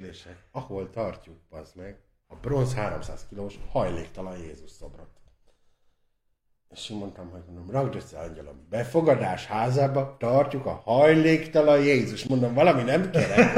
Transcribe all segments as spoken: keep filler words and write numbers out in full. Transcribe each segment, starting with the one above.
kérdések, ahol tartjuk, bazd meg, a bronz háromszáz kilós hajléktalan Jézus szobrot. És én mondtam, hogy mondom, rakd össze, angyalom, befogadás házába tartjuk a hajléktalan Jézus. Mondom, valami nem kérek.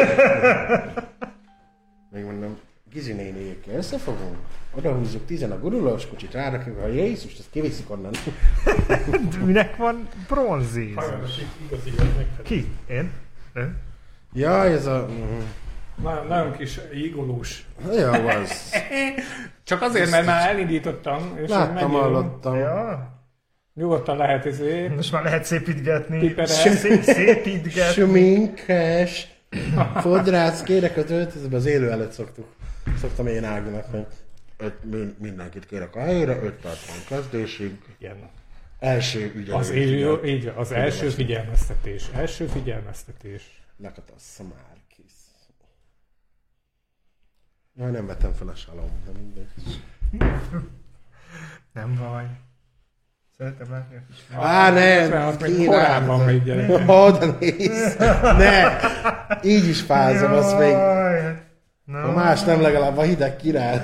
Még mondom, Gizi néniékkel összefogunk, odahúzzuk tizen a gurulós kocsit, rárakjuk a Jézust, azt kiviszik onnan. Minek van bronz Jézus? Ki? Én? Ön? Ja, ez a... Na, nagyon kis igolós. Jó, az. Csak azért, mert már elindítottam. És láttam, hallottam. Ja. Nyugodtan lehet ezért. Most már lehet szépítgetni. Piperes. Szép, szépítgetni. Sminkes. Fodrász, kérek az öltözőbe, az élő előtt szoktuk. Szoktam én Áginak, hogy öt, mindenkit kérek a helyére, öt perc van kezdésig. Igen. Első ügyelő. Az, élő, így, az első figyelmeztetés. Első figyelmeztetés. Lekatassza már kis. Jaj, nem vettem fel a salom, de mindegy. Nem baj. Szeretem látni a kis... Á, ne! Az még korábban még gyerek. Ó, de nézd! Ne! Így is fázom, az még... No. Ha más nem, legalább a hideg király.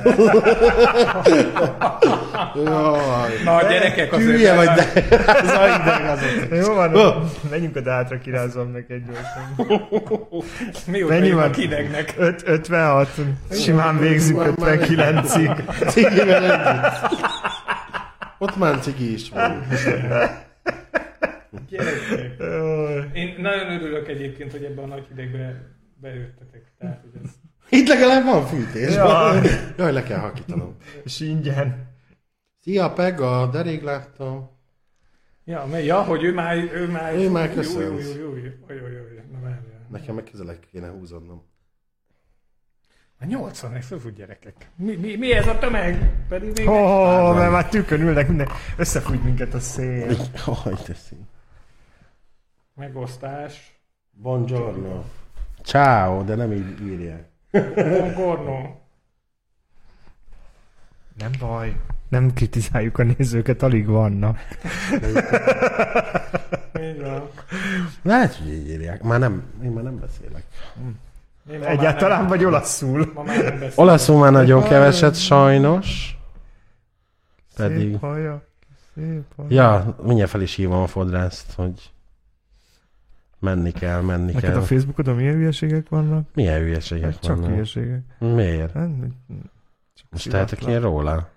Na, a gyerekek azért... Hülye vagy, de ez a hideg azért. Jó van, oh. Menjünk a dátra, kirázom neked gyorsan. Mi úgy megyünk a hidegnek? ötvenhat, simán végzünk ötvenkilencig. Cigivel együtt. Ott már cigi is van. Gyerekek. Én nagyon örülök egyébként, hogy ebben a nagy hidegbe bejöttetek. Tehát, hogy ez... Itt legalább van fűtés. Ja. Jaj, le kell hakítanom. És ingyen. Szia, Pega, de rég láttam. Ja, ja, hogy ő már... Ő már, ő már köszönsz. Jó, jó, jó, jó, jó, jó, jó. Na, várjál. Nekem meg közelek kéne húzodnom. A nyolcvan fölfut gyerekek. Mi, mi, mi ez a tömeg? Pedig még... Ó, oh, mert már tükön ülnek, minden... Összefújt minket a szél. Aj, te szín. Megosztás. Buongiorno. Ciao, de nem így írják. Buongiorno. Nem baj. Nem kritizáljuk a nézőket, alig vannak. Így van. Lehet, hogy így írják. Már nem, én már nem beszélek. Egyáltalán nem, vagy olaszul? Ma már nem beszélek. Olaszul már nagyon keveset, sajnos. Pedig... Szép haja. Szép haja. Ja, mindjárt fel is hívom a fodrászt, hogy menni kell, menni neked kell. A Facebookodon milyen hülyeségek vannak? Milyen hülyeségek hát csak vannak? Csak hülyeségek. Miért? Hát, most tehetek ilyen róla?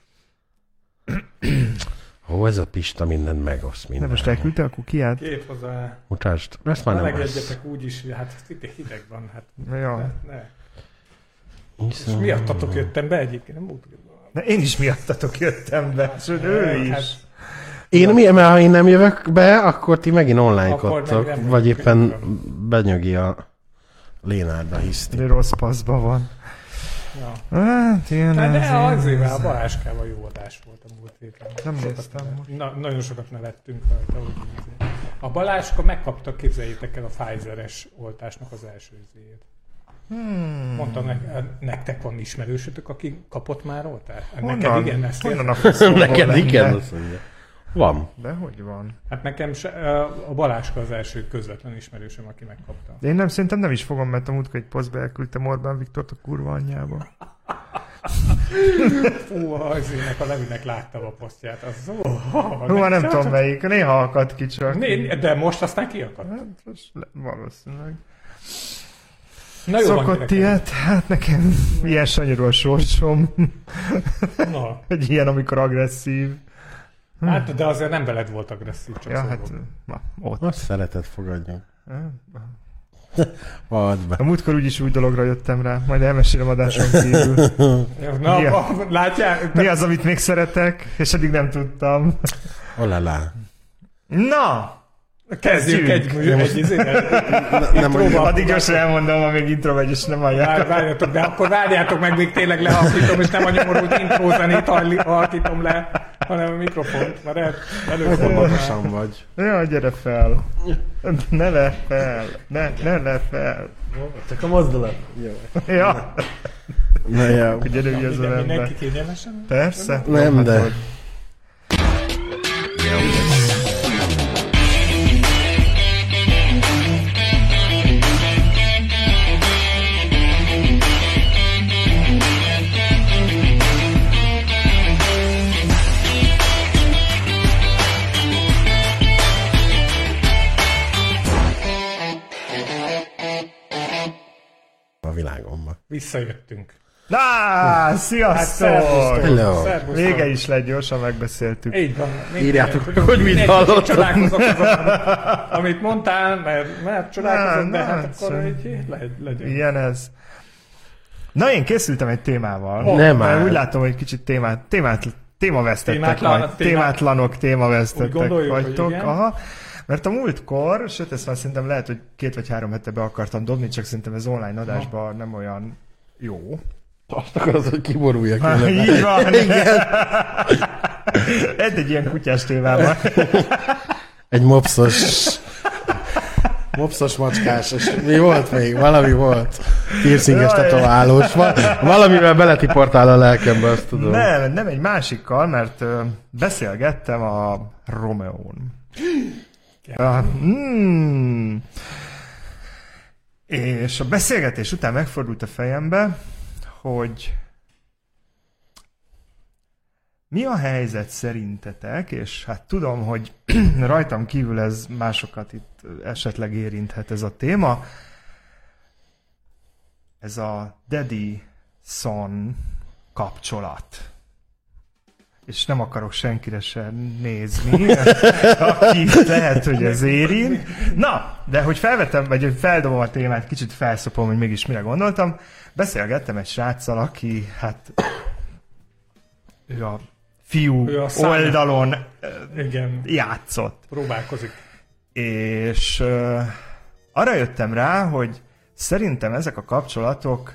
Ó, ez a Pista mindent megoszt minden. De most elküldte a kukiát? Kép hozzá. Mutasd. Ezt már nem lesz. Melegedjetek úgy is, hát itt hideg van. Hát, ja. ne, ne. És miattatok jöttem be egyébként, nem volt. De én is miattatok jöttem be, sőt ő is. Hát, én mi, mert ha én nem jövök be, akkor ti megint online-kodtok, vagy éppen benyögi a Lénárd a hiszti. De rossz paszban van. Ja. Hát, ilyen hát, de azért ez... a Baláskával jó adás volt a múlt héten. Nem néztem most. Na, nagyon sokat nevettünk rajta. A Baláska megkapta, képzeljétek el, a Pfizer-es oltásnak az első izéjét. Hmm. Mondtam, ne, nektek van ismerősötök, aki kapott már oltást? Honnan? Neked igen, ezt Honnan a Neked igen, azt mondja. Van. De hogy van? Hát nekem se, a Baláska az első közvetlen ismerősöm, aki megkapta. De én nem, szerintem nem is fogom, mert a múltkor egy posztba elküldtem Orbán Viktort a kurva anyjába. Fú, az ének a Levinek láttam a posztját. Az, oh, oh, Hú, nem tudom melyik, néha akad ki csak. Né, de most aztán kiakadt. Hát, valószínűleg. Na jó, szokott ilyet, hát nekem ilyen sanyarú a sorsom. Na. Egy ilyen, amikor agresszív. Hát, de azért nem veled volt agresszív, csak ja, hát, na, ott. Azt szeretet fogadjon. Add be. A múltkor úgyis új dologra jöttem rá, majd elmesélem adáson kívül. Na, mi, a, látjál? Mi az, amit még szeretek, és eddig nem tudtam. Olalá. Na! Kezdjük egy, egy izénet. Addig gyorsan elmondom, ha még intro megy, és nem hallják. Várjátok, de akkor várjátok meg, még tényleg lehalkítom, és nem a nyomorult intrózenét halkítom le, hanem a mikrofont, mert először magasan vagy. Ja, gyere fel. Ne le fel. Ne, ne le fel. Csak a mozdulat. Jó. Ja. Na jó. Gyere, ügy az ember. Mindenki kényelmesen? Persze. Nem, de... a világomba. Visszajöttünk. Na, sziasztok! Hát, Hello. Vége is lett, gyorsan megbeszéltük. Így van. Írjátok, Mindenki, hogy mit hallottak. Csodálkozok azon, amit mondtál, mert, mert csodálkozom, Na, de na, hát akkor szóval egy, le, legyen. Ilyen ez. Na, én készültem egy témával. Nem mert áll. úgy látom, hogy kicsit témát, témát, témavesztettek Témátlan- vagy. témát- Témátlanok, témavesztettek Úgy gondoljuk, hogy vagytok. igen. Aha. Mert a múltkor, sőt, ezt már szerintem lehet, hogy két vagy három hete be akartam dobni, csak szerintem ez online adásban nem olyan jó. Azt akarod, hogy kiboruljak. Ha, így van. Igen. Egy, egy ilyen kutyás témában. Egy mopszos... Mopszos macskás, és mi volt még? Valami volt. Piercinges Jaj. tetoválós. Va- valamivel beletiportál a lelkembe, azt tudom. Nem, nem egy másikkal, mert ö, beszélgettem a Romeón. A, mm, és a beszélgetés után megfordult a fejembe, hogy mi a helyzet szerintetek, és hát tudom, hogy rajtam kívül ez másokat itt esetleg érinthet ez a téma, ez a daddy-son kapcsolat. És nem akarok senkire sem nézni, aki lehet, hogy ez érint. Na, de hogy felvettem, vagy hogy feldobom a témát, kicsit felszopom, hogy mégis mire gondoltam, beszélgettem egy sráccal, aki hát ő a fiú Ő a szárny- oldalon Igen, játszott. próbálkozik. És uh, arra jöttem rá, hogy szerintem ezek a kapcsolatok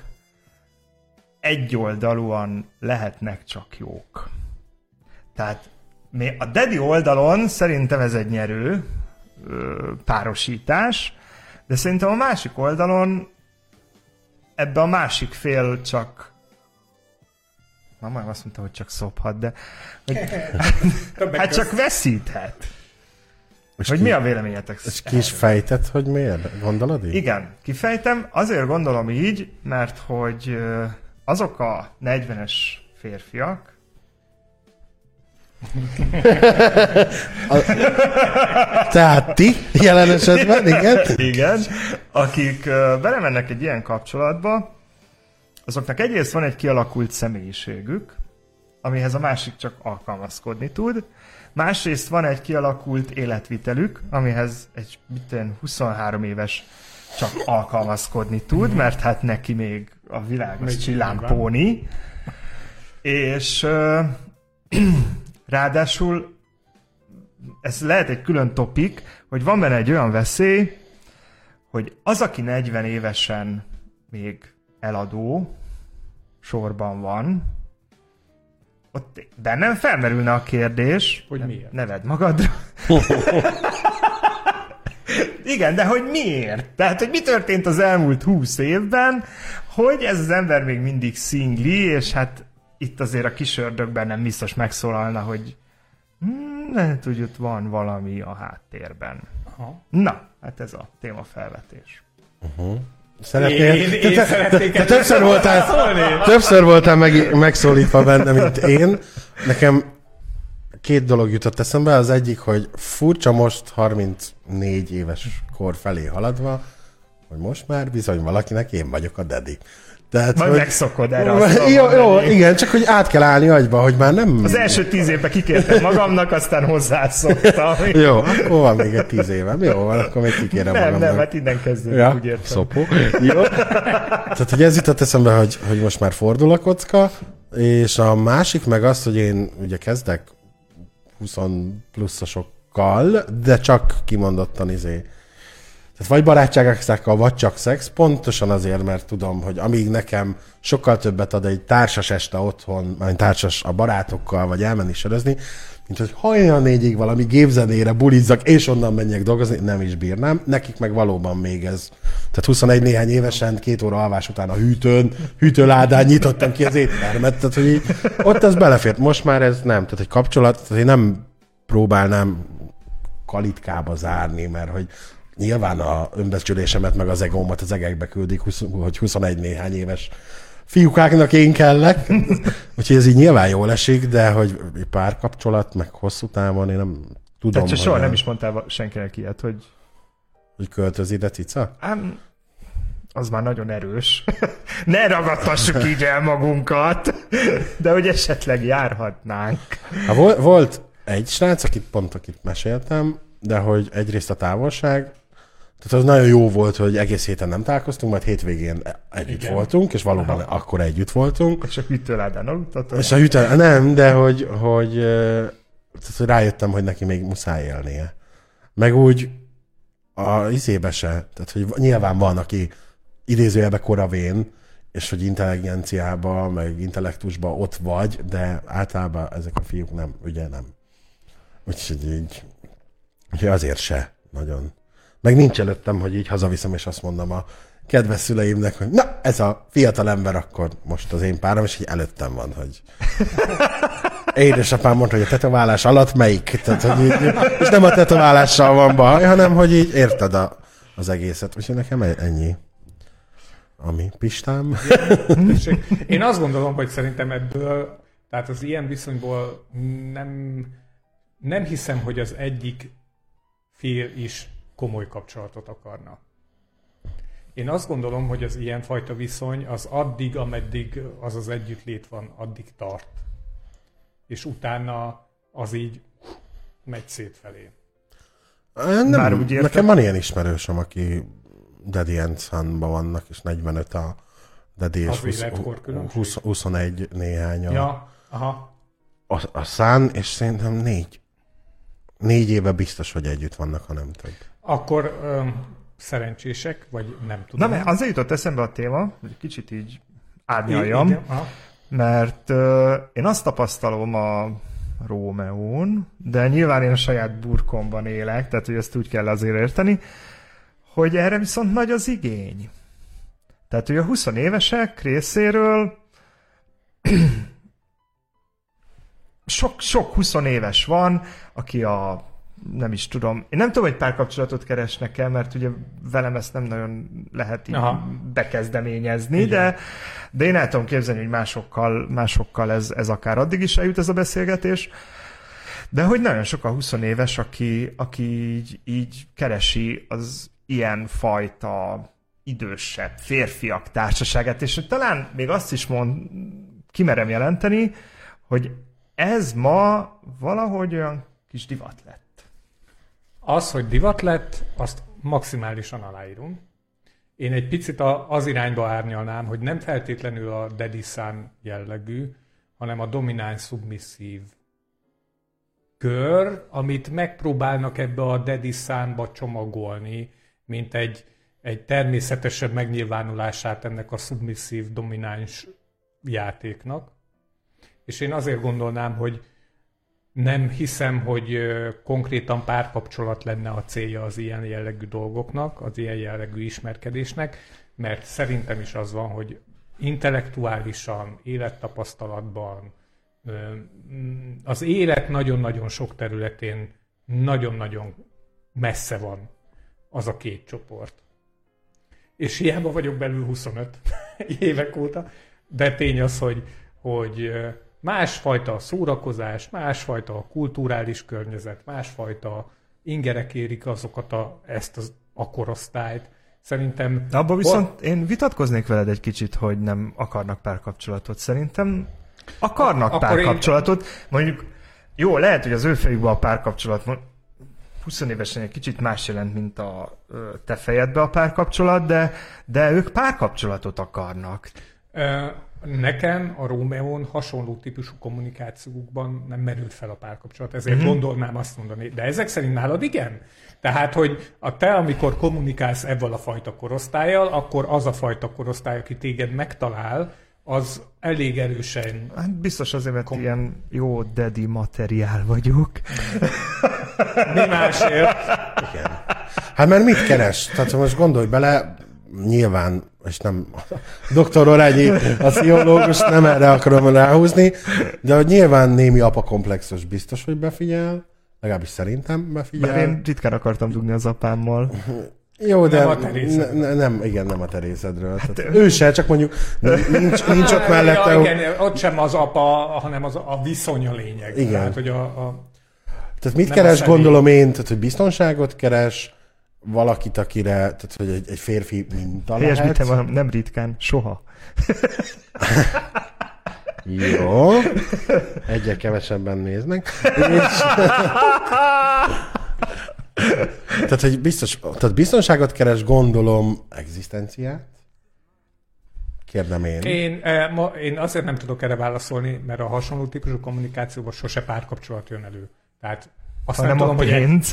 egyoldalúan lehetnek csak jók. Tehát a daddy oldalon szerintem ez egy nyerő ö, párosítás, de szerintem a másik oldalon ebbe a másik fél csak már majd azt mondta, hogy csak szophat, de hogy, hát csak veszíthet. És Hogy ki, mi a véleményetek? és ki is fejtett, hogy miért? Gondolod így? Igen, kifejtem. Azért gondolom így, mert hogy ö, azok a negyvenes férfiak, Tehát ti, jelen esetben, igen? igen, akik ö, belemennek egy ilyen kapcsolatba, azoknak egyrészt van egy kialakult személyiségük, amihez a másik csak alkalmazkodni tud. Másrészt van egy kialakult életvitelük, amihez egy mitten huszonhárom éves csak alkalmazkodni tud, mert hát neki még a világ az csillámpóni. És ö, ráadásul ez lehet egy külön topik, hogy van benne egy olyan veszély, hogy az, aki negyven évesen még eladó sorban van, ott bennem felmerülne a kérdés, Hogy miért? neved magadra. Igen, de hogy miért? Tehát, hogy mi történt az elmúlt húsz évben, hogy ez az ember még mindig szingli, és hát itt azért a kis ördögben nem biztos megszólalna, hogy hmm, lehet, hogy ott van valami a háttérben. Aha. Na, hát ez a témafelvetés. Szeretnél? Én- én te, te, szeretnék te, te többször voltál, szólni. többször voltál meg, megszólítva benne, mint én. Nekem két dolog jutott eszembe. Az egyik, hogy furcsa most harmincnégy éves kor felé haladva, hogy most már bizony valakinek én vagyok a daddy. Tehát, Majd hogy... megszokod erre azt Jó, jó, igen, csak hogy át kell állni agyba, hogy már nem... Az első tíz évben kikértem magamnak, aztán hozzászoktam. Jó, akkor van még egy tíz évem. Jó, van, akkor még kikérem Nem, magamnak. nem, hát innen kezdődik, Ja, úgy értem. szopó. Jó. Tehát, hogy ez jutott eszembe, hogy, hogy most már fordul a kocka, és a másik meg az, hogy én ugye kezdek húsz pluszosokkal, de csak kimondottan izé. Tehát vagy barátságokkal, vagy csak szex, pontosan azért, mert tudom, hogy amíg nekem sokkal többet ad egy társas este otthon, vagy társas a barátokkal, vagy elmenni sörözni, mint hogy hajnal négyig valami gépzenére bulizzak, és onnan menjek dolgozni, nem is bírnám. Nekik meg valóban még ez. Tehát huszonegy néhány évesen, két óra alvás után a hűtőn, hűtőládán nyitottam ki az éttermet, tehát hogy így, ott ez belefért. Most már ez nem. Tehát egy kapcsolat, tehát én nem próbálnám kalitkába zárni, mert hogy nyilván a önbecsülésemet meg az egómat az egekbe küldik, hogy huszonegy néhány éves fiúkáknak én kellek. Úgyhogy ez így nyilván jól esik, de hogy párkapcsolat, meg hosszú távon én nem tudom. Tehát soha nem is mondtál senkinek ilyet, hogy... Hogy költöz ide cica? Ám, az már nagyon erős. Ne ragadtassuk így el magunkat, de hogy esetleg járhatnánk. Ha volt, volt egy srác, akit pont akit meséltem, de hogy egyrészt a távolság, tehát az nagyon jó volt, hogy egész héten nem találkoztunk, majd hétvégén együtt Igen. voltunk, és valóban Aha. akkor együtt voltunk. És a hűtőládán aludtatok? És a hűtőládán, nem, de hogy, hogy, tehát, hogy rájöttem, hogy neki még muszáj élnie. Meg úgy a izébe se, tehát hogy nyilván van, aki idézőjelben koravén, és hogy intelligenciában, meg intellektusban ott vagy, de általában ezek a fiúk nem, ugye nem. Úgyhogy így, úgyhogy azért se nagyon. Meg nincs előttem, hogy így hazaviszem, és azt mondom a kedves szüleimnek, hogy na, ez a fiatal ember akkor most az én párom, és így előttem van, hogy édesapám mondta, hogy a tetoválás alatt melyik? Tehát, hogy így, és nem a tetoválással van baj, hanem hogy így érted a, az egészet. Úgyhogy nekem ennyi. Ami Pistám. Én azt gondolom, hogy szerintem ebből, tehát az ilyen viszonyból nem, nem hiszem, hogy az egyik fél is komoly kapcsolatot akarna. Én azt gondolom, hogy az ilyenfajta viszony az addig, ameddig az az együttlét van, addig tart. És utána az így megy szétfelé. Nem, Már úgy nekem van ilyen ismerősöm, aki Daddy and Son-ban vannak, és negyvenöt a Daddy, és húsz, huszonegy néhány a, ja, aha. a, a Son, és szerintem négy. Négy éve biztos, hogy együtt vannak, ha nem több. Akkor öm, szerencsések, vagy nem tudom. Na, mert azért jutott eszembe a téma, hogy kicsit így árnyaljam, mert uh, én azt tapasztalom a Rómeón, de nyilván én a saját burkomban élek, tehát hogy ezt úgy kell azért érteni, hogy erre viszont nagy az igény. Tehát, hogy a huszonévesek részéről sok, sok huszonéves van, aki a nem is tudom, én nem tudom, hogy párkapcsolatot keresnek el, mert ugye velem ezt nem nagyon lehet így Aha. bekezdeményezni, de, de én el tudom képzelni, hogy másokkal, másokkal ez, ez akár addig is eljut ez a beszélgetés. De hogy nagyon sok a huszonéves, aki, aki így, így keresi az ilyen fajta idősebb férfiak társaságát, és talán még azt is mond, kimerem jelenteni, hogy ez ma valahogy olyan kis divat lett. Az, hogy divat lett, azt maximálisan aláírom. Én egy picit az irányba árnyalnám, hogy nem feltétlenül a daddy son jellegű, hanem a domináns-szubmisszív kör, amit megpróbálnak ebbe a daddy sonba csomagolni, mint egy, egy természetesebb megnyilvánulását ennek a szubmisszív domináns játéknak. És én azért gondolnám, hogy nem hiszem, hogy konkrétan párkapcsolat lenne a célja az ilyen jellegű dolgoknak, az ilyen jellegű ismerkedésnek, mert szerintem is az van, hogy intellektuálisan, élettapasztalatban, az élet nagyon-nagyon sok területén nagyon-nagyon messze van az a két csoport. És hiába vagyok belül huszonöt évek óta, de tény az, hogy, hogy másfajta a szórakozás, másfajta a kulturális környezet, másfajta ingerek érik azokat a, ezt az, a korosztályt. Szerintem... De abban viszont én vitatkoznék veled egy kicsit, hogy nem akarnak párkapcsolatot. Szerintem akarnak a, párkapcsolatot. Én... Mondjuk, jó, lehet, hogy az ő fejükben a párkapcsolat húsz évesen egy kicsit más jelent, mint a te fejedbe a párkapcsolat, de, de ők párkapcsolatot akarnak. Nekem a Rómeón hasonló típusú kommunikációkban nem merült fel a párkapcsolat, ezért mm-hmm. gondolnám azt mondani. De ezek szerint nálad igen? Tehát, hogy a te, amikor kommunikálsz ebből a fajta korosztállyal, akkor az a fajta korosztály, aki téged megtalál, az elég erősen... Hát biztos azért, mert kom- ilyen jó daddy materiál vagyok. Mi másért? Igen. Hát mert mit keres? Tehát most gondolj bele, nyilván, és nem doktor Orányi, a pszichológus, nem erre akarom ráhúzni, de hogy nyilván némi apakomplexus biztos, hogy befigyel, legalábbis szerintem befigyel. Mert én ritkán akartam dugni az apámmal. Jó, de nem, ne, nem, igen, nem a Terézedről. Hát, ő se, csak mondjuk nincs, nincs ott mellette. Ja, igen, ott sem az apa, hanem az a viszony a lényeg. Igen. Tehát, hogy a, a, tehát mit keres, gondolom én, tehát, hogy biztonságot keres, valakit, akire, tehát hogy egy, egy férfi minta lehet. Helyesbítem, van, nem ritkán, soha. Jó. Egyre kevesebben néznek. És... tehát, hogy biztos, tehát biztonságot keres, gondolom, egzisztenciát? Kérdem én. Én, eh, ma, én azért nem tudok erre válaszolni, mert a hasonló típusú kommunikációban sose párkapcsolat jön elő. Tehát azt ha nem, nem tudom, hogy... pénz.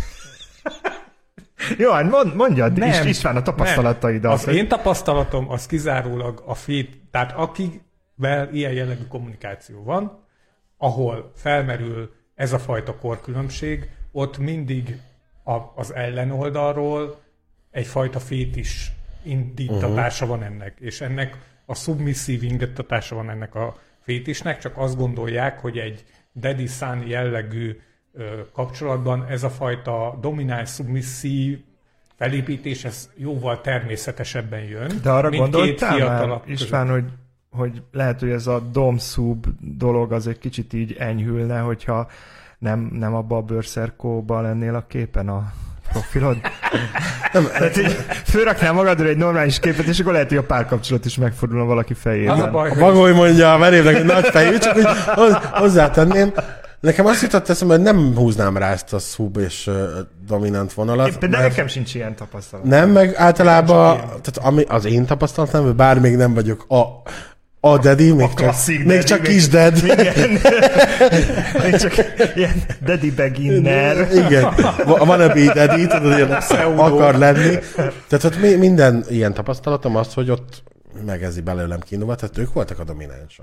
Jó, hát mond, mondjad, nem, is, István, a tapasztalataidat. Az én tapasztalatom az kizárólag a fét, tehát akivel ilyen jellegű kommunikáció van, ahol felmerül ez a fajta korkülönbség, ott mindig a, az ellenoldalról egyfajta fétis indítatása uh-huh. van ennek, és ennek a szubmisszív indítatása van ennek a fétisnek, csak azt gondolják, hogy egy daddy-son jellegű ö, kapcsolatban ez a fajta domináns szubmisszív felépítés, ez jóval természetesebben jön. De arra mint gondoltál már, István, hogy, hogy lehet, hogy ez a dom-szub dolog az egy kicsit így enyhülne, hogyha nem, nem abba a bőrszerkóba lennél a képen a profilod? Nem, tehát így fölraknál magadra egy normális képet, és akkor lehet, hogy a párkapcsolat is megfordulna valaki fejében. Az a baj, a Bagoly mondja a verévnek, hogy nagy fejű, csak hogy hozzátenném. Nekem azt jutott eszembe, hogy nem húznám rá ezt a szub és uh, dominant vonalat. Éppen, de nekem sincs ilyen tapasztalat. Nem, meg általában tehát ami az én tapasztalatom, bár még nem vagyok a A daddy, még, csak, daddy, még csak még, kis dad. Igen. Még csak ilyen daddy beginner. Igen. Van a daddy, tudod, hogy akar lenni. Tehát ott minden ilyen tapasztalatom az, hogy ott megezi belőlem kínóba, tehát ők voltak a dominánsok.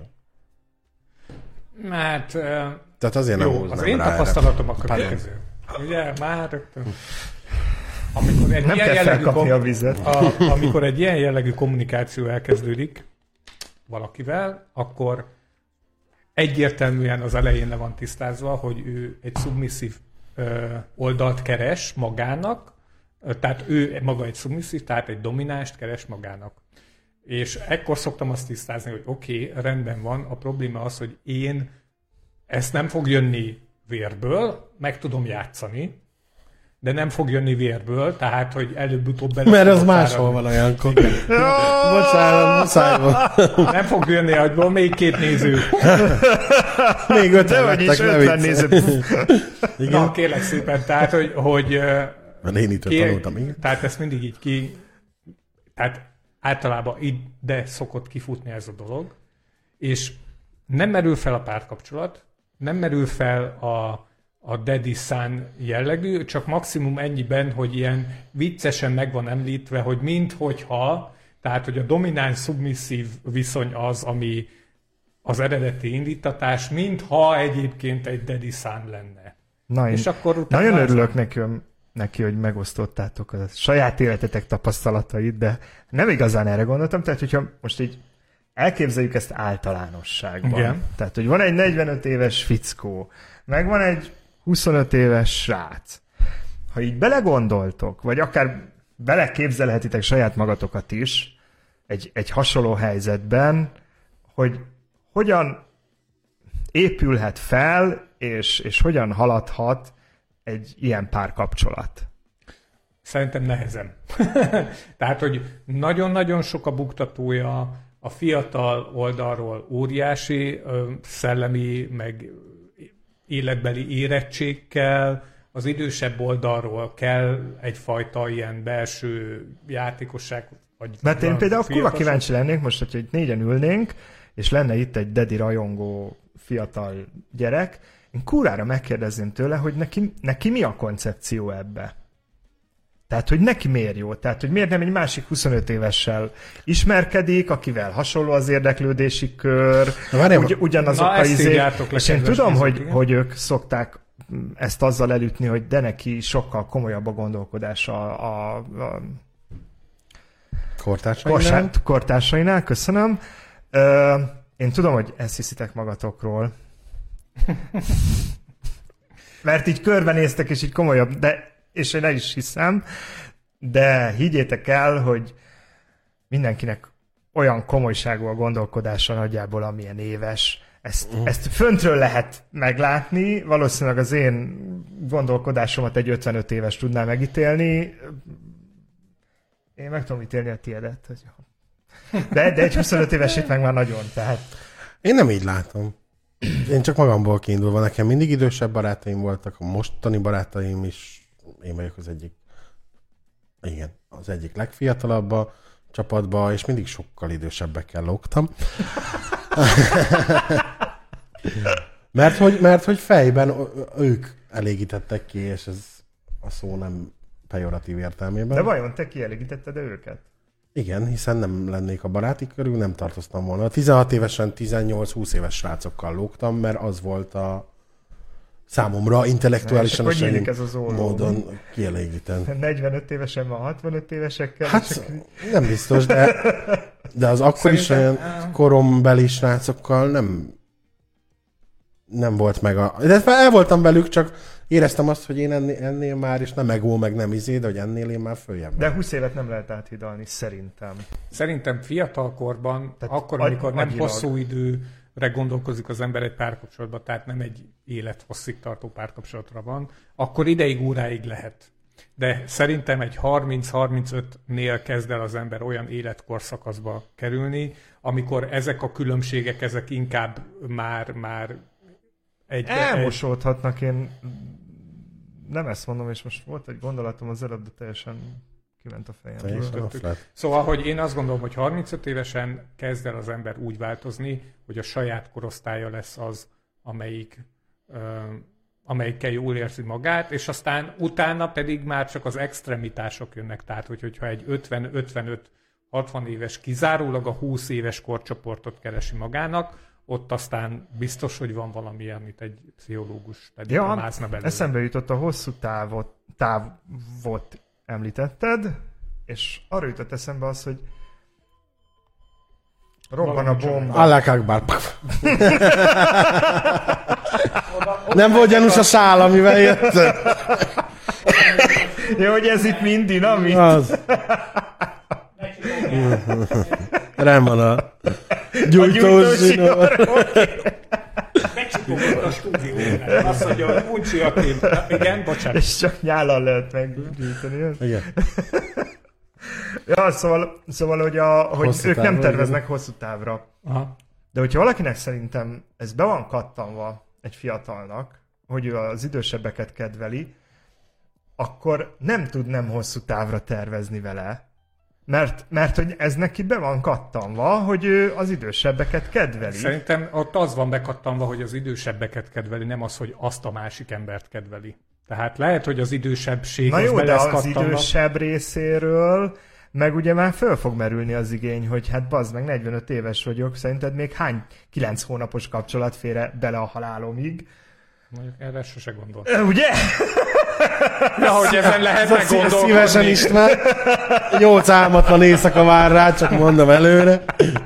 Mert... Uh, tehát azért jó, nem húznám az én rá tapasztalatom a következő. Ugye, már rögtön. Amikor egy nem ilyen kell jellegű felkapni kom- a vizet. A, amikor egy ilyen jellegű kommunikáció elkezdődik valakivel, akkor egyértelműen az elején le van tisztázva, hogy ő egy szubmisszív ö, oldalt keres magának, tehát ő maga egy szubmisszív, tehát egy dominást keres magának. És ekkor szoktam azt tisztázni, hogy oké, okay, rendben van, a probléma az, hogy én ezt nem fog jönni vérből, meg tudom játszani, de nem fog jönni vérből, tehát, hogy előbb-utóbb bele... Mert az máshol van olyankor. Bocsánat, muszáj. Nem fog jönni agyból, még két néző. Még öten lettek, ötven néző. Na, kérlek szépen, tehát, hogy... hogy én itt tanultam, igen. Tehát ezt mindig így ki... Tehát általában ide szokott kifutni ez a dolog, és nem merül fel a párkapcsolat, nem merül fel a a daddy-son jellegű, csak maximum ennyiben, hogy ilyen viccesen meg van említve, hogy minthogyha, tehát hogy a domináns-szubmisszív viszony az, ami az eredeti indítatás, mintha egyébként egy daddy-son lenne. Na, és akkor utána nagyon az... örülök neki, neki, hogy megosztottátok a saját életetek tapasztalatait, de nem igazán erre gondoltam, tehát hogyha most így elképzeljük ezt általánosságban. Igen. Tehát, hogy van egy negyvenöt éves fickó, meg van egy huszonöt éves srác. Ha így belegondoltok, vagy akár beleképzelhetitek saját magatokat is egy, egy hasonló helyzetben, hogy hogyan épülhet fel, és, és hogyan haladhat egy ilyen párkapcsolat. Szerintem nehezen. Tehát, hogy nagyon-nagyon sok a buktatója, a fiatal oldalról óriási szellemi, meg életbeli érettség kell, az idősebb oldalról kell egyfajta ilyen belső játékosság. Vagy mert én például kurva kíváncsi lennék most, hogyha itt négyen ülnénk, és lenne itt egy daddy rajongó fiatal gyerek, én kurvára megkérdezném tőle, hogy neki, neki mi a koncepció ebbe. Tehát, hogy neki miért jó? Tehát, hogy miért nem egy másik huszonöt évessel ismerkedik, akivel hasonló az érdeklődési kör, ugy, ugyanazok a izé. És én tudom, nézők, hogy, hogy ők szokták ezt azzal elütni, hogy de neki sokkal komolyabb a gondolkodása a, a kortársainál. kortársainál. Köszönöm. Ö, én tudom, hogy ezt hiszitek magatokról. Mert így körbenéztek, és így komolyabb, de és én el is hiszem, de higgyétek el, hogy mindenkinek olyan komolyságú a gondolkodása nagyjából, amilyen éves. Ezt, ezt föntről lehet meglátni, valószínűleg az én gondolkodásomat egy ötvenöt éves tudná megítélni. Én meg tudom ítélni a tiédet. De, de egy huszonöt évesét meg már nagyon, tehát... Én nem így látom. Én csak magamból kiindulva. Nekem mindig idősebb barátaim voltak, a mostani barátaim is. Én vagyok az egyik, igen, az egyik legfiatalabb a csapatba, és mindig sokkal idősebbekkel lógtam. mert, hogy, mert hogy fejben ők elégítettek ki, és ez a szó nem pejoratív értelmében. De vajon te kielégítetted őket? Igen, hiszen nem lennék a baráti körül, nem tartoztam volna. tizenhat évesen tizennyolc-húsz éves srácokkal lógtam, mert az volt a számomra intellektuálisan és ez az módon kielégített. negyvenöt évesen van hatvanöt évesekkel. Hát csak... nem biztos, de, de az akkor is olyan korombeli srácokkal nem nem volt meg a... De el voltam velük, csak éreztem azt, hogy én ennél, ennél már, és nem egó, meg nem izé, de hogy ennél én már följebb. De húsz évet nem lehet áthidalni, szerintem. Szerintem fiatalkorban, tehát akkor, amikor nem agyilag. hosszú időre gondolkozik az ember egy párkapcsolatban, tehát nem egy élethosszig tartó párkapcsolatra van, akkor ideig, óráig lehet. De szerintem egy harminc-harmincötnél kezd el az ember olyan életkorszakaszba kerülni, amikor ezek a különbségek, ezek inkább már, már egy... Elmosódhatnak, én nem ezt mondom, és most volt egy gondolatom az előbb, de teljesen kiment a fejemből. Szóval, hogy én azt gondolom, hogy harmincöt évesen kezd el az ember úgy változni, hogy a saját korosztálya lesz az, amelyik, uh, amelyikkel jól érzi magát, és aztán utána pedig már csak az extremitások jönnek. Tehát, hogy, hogyha egy ötven-ötvenöt-hatvan éves kizárólag a húsz éves korcsoportot keresi magának, ott aztán biztos, hogy van valami, amit egy pszichológus pedig ja, mászna belőle. Eszembe jutott a hosszú távot, távot említetted, és arra jutott eszembe az, hogy robban a bomba. Alák Akbar. Nem volt gyanús a szál, amivel jött. Jó, hogy ez itt mind dinamit. Az. Rám van a gyújtós zsinór. Becsipogott a stúdiónál. Azt mondja, hogy uncsi a kép. Igen, bocsánat. És csak nyállal lehet meggyújtani. Igen. Ja, szóval, szóval hogy, a, hogy ők nem terveznek igen. hosszú távra. Aha. De hogyha valakinek szerintem ez be van kattanva egy fiatalnak, hogy ő az idősebbeket kedveli, akkor nem tud nem hosszú távra tervezni vele. Mert, mert hogy ez neki be van kattanva, hogy ő az idősebbeket kedveli. Szerintem ott az van bekattanva, hogy az idősebbeket kedveli, nem az, hogy azt a másik embert kedveli. Tehát lehet, hogy az idősebbség na az jó, be de lesz az kattanva. idősebb részéről meg ugye már föl fog merülni az igény, hogy hát bazd meg, negyvenöt éves vagyok, szerinted még hány kilenc hónapos kapcsolat fér bele a halálomig? Mondjuk erre sose gondoltam. Ugye? Ja, hogy ezen lehetne gondolkodni. Szívesen István. Nyolc álmatlan éjszaka vár rá, csak mondom előre.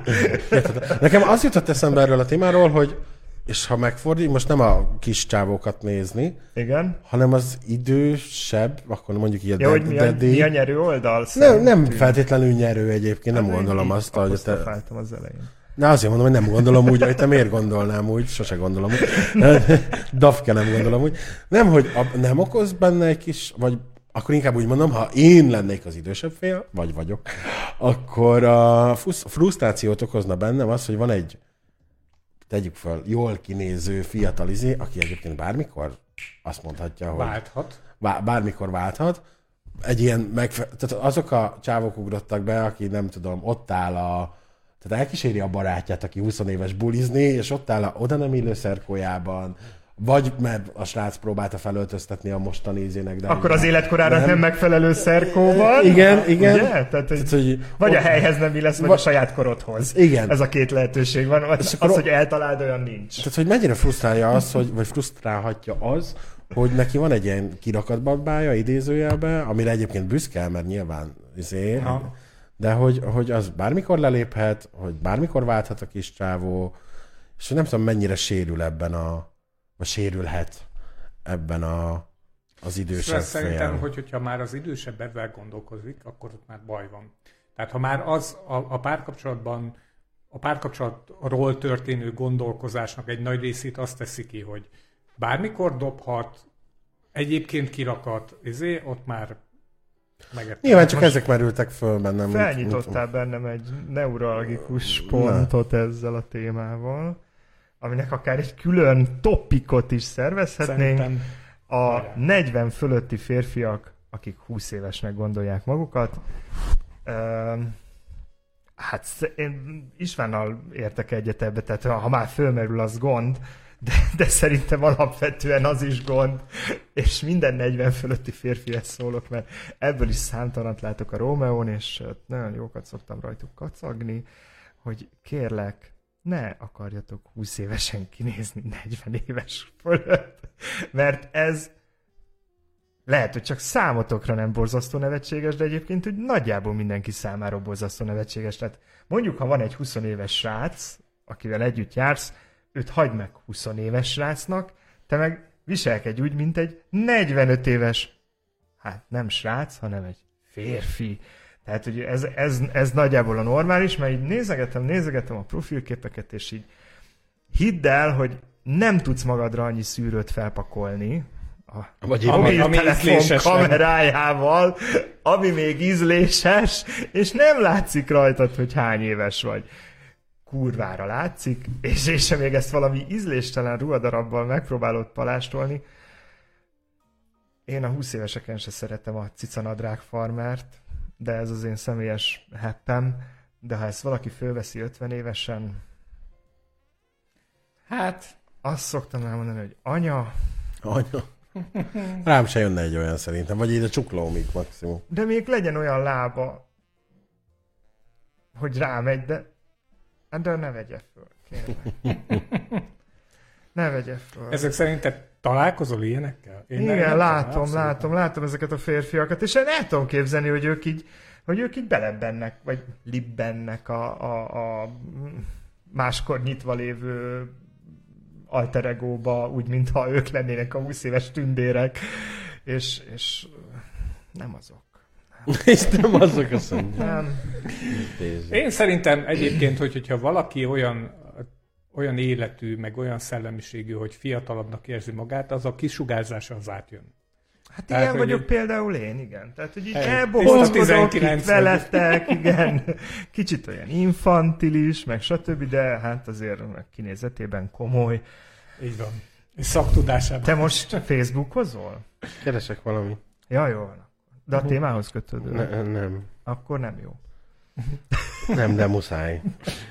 Nekem az jutott eszembe erről a témáról, hogy és ha megfordít, most nem a kis csávókat nézni, igen, hanem az idősebb, akkor mondjuk így a ja, hogy mi, a, mi a nyerő oldal? Nem, nem feltétlenül nyerő egyébként, nem hát gondolom azt, hogy te... az elején. Na azért mondom, hogy nem gondolom úgy, hogy te miért gondolnám úgy, sose gondolom úgy. Dafke nem gondolom úgy. Nem, hogy a, nem okoz benne egy kis, vagy akkor inkább úgy mondom, ha én lennék az idősebb fél, vagy vagyok, akkor a frusztrációt okozna bennem az, hogy van egy, tegyük fel, jól kinéző fiatal izé, aki egyébként bármikor azt mondhatja, hogy... Válthat. Bármikor válthat. Egy ilyen megfe- tehát azok a csávok ugrottak be, aki nem tudom, ott áll a... Tehát elkíséri a barátját, aki húsz éves bulizni, és ott áll a oda nem illő szerkójában, vagy mert a srác próbálta felöltöztetni a mostani izének. De akkor az életkorának nem, nem megfelelő szerkóban. Igen, igen. Ugye? Tehát, hogy Tehát, hogy vagy ott, a helyhez nem illesz, vagy a saját korodhoz. Igen. Ez a két lehetőség van. Az, az, hogy eltaláld, olyan nincs. Tehát, hogy mennyire frusztrálja az, hogy, vagy frusztrálhatja az, hogy neki van egy ilyen kirakatbabája, idézőjelben, amire egyébként büszke, mert nyilván izé, ha. De hogy, hogy az bármikor leléphet, hogy bármikor válthat a kis csávó, és nem tudom, mennyire sérül ebben a, vagy sérülhet ebben a, az idősebb fél. Szerintem, hogy, hogyha már az idősebb ebben gondolkozik, akkor ott már baj van. Tehát ha már az a, a párkapcsolatban a párkapcsolatról történő gondolkozásnak egy nagy részét azt teszi ki, hogy bármikor dobhat, egyébként kirakat, ezért ott már megett. Nyilván csak ezek merültek föl bennem. Felnyitottál bennem egy neuralgikus pontot ezzel a témával, aminek akár egy külön topikot is szervezhetnénk. Szerintem a negyven fölötti férfiak, akik húsz évesnek gondolják magukat. Hát én Istvánnal értek egyet ebbe, tehát ha már fölmerül, az gond, de, de szerintem alapvetően az is gond, és minden negyven fölötti férfihez szólok, mert ebből is számtalant látok a Rómeón, és nagyon jókat szoktam rajtuk kacagni, hogy kérlek, ne akarjatok húsz évesen kinézni negyven éves fölött, mert ez lehet, hogy csak számotokra nem borzasztó nevetséges, de egyébként hogy nagyjából mindenki számára borzasztó nevetséges. Tehát mondjuk, ha van egy húsz éves srác, akivel együtt jársz, őt hagyd meg húsz éves srácnak, te meg viselkedj úgy, mint egy negyvenöt éves, hát nem srác, hanem egy férfi. Tehát, hogy ez, ez, ez nagyjából a normális, mert így nézegetem, nézegetem a profilképeket, és így hidd el, hogy nem tudsz magadra annyi szűrőt felpakolni, a mobiltelefon kamerájával, ami még ízléses, és nem látszik rajtad, hogy hány éves vagy. Kurvára látszik, és, és még ezt valami ízléstelen ruhadarabbal megpróbálod palástolni. Én a húsz éveseken se szeretem a cicanadrág farmert, de ez az én személyes heppem, de ha ezt valaki fölveszi ötven évesen, hát azt szoktam elmondani, hogy anya... Anya... Rám se jönne egy olyan szerintem, vagy így a csuklómig maximum. De még legyen olyan lába, hogy rámegy, de, de ne vegye föl, kérlek. Ne vegye föl. Ezek szerint te találkozol ilyenekkel? Én igen, nem látom, látom, látom, látom ezeket a férfiakat, és én el tudom képzelni, hogy ők így, hogy ők így belebennek, vagy libbennek a, a, a máskor nyitva lévő alter egóba, úgy, mintha ők lennének a húsz éves tündérek, és, és nem azok. Nem. És nem azok a szondják. Nem. Én szerintem egyébként, hogy, hogyha valaki olyan, olyan életű, meg olyan szellemiségű, hogy fiatalabbnak érzi magát, az a kisugárzása az átjön. Hát Tehát, ilyen vagyok hogy... például én, igen. Tehát, hogy így Egy, elbohozkodok itt veletek, igen. Kicsit olyan infantilis, meg stb., de hát azért kinézetében komoly. Így van. És szaktudásában. Te most Facebookozol? Keresek valami. Ja, jó van. De a témához kötődő. Ne, nem. Akkor nem jó. Nem, de muszáj.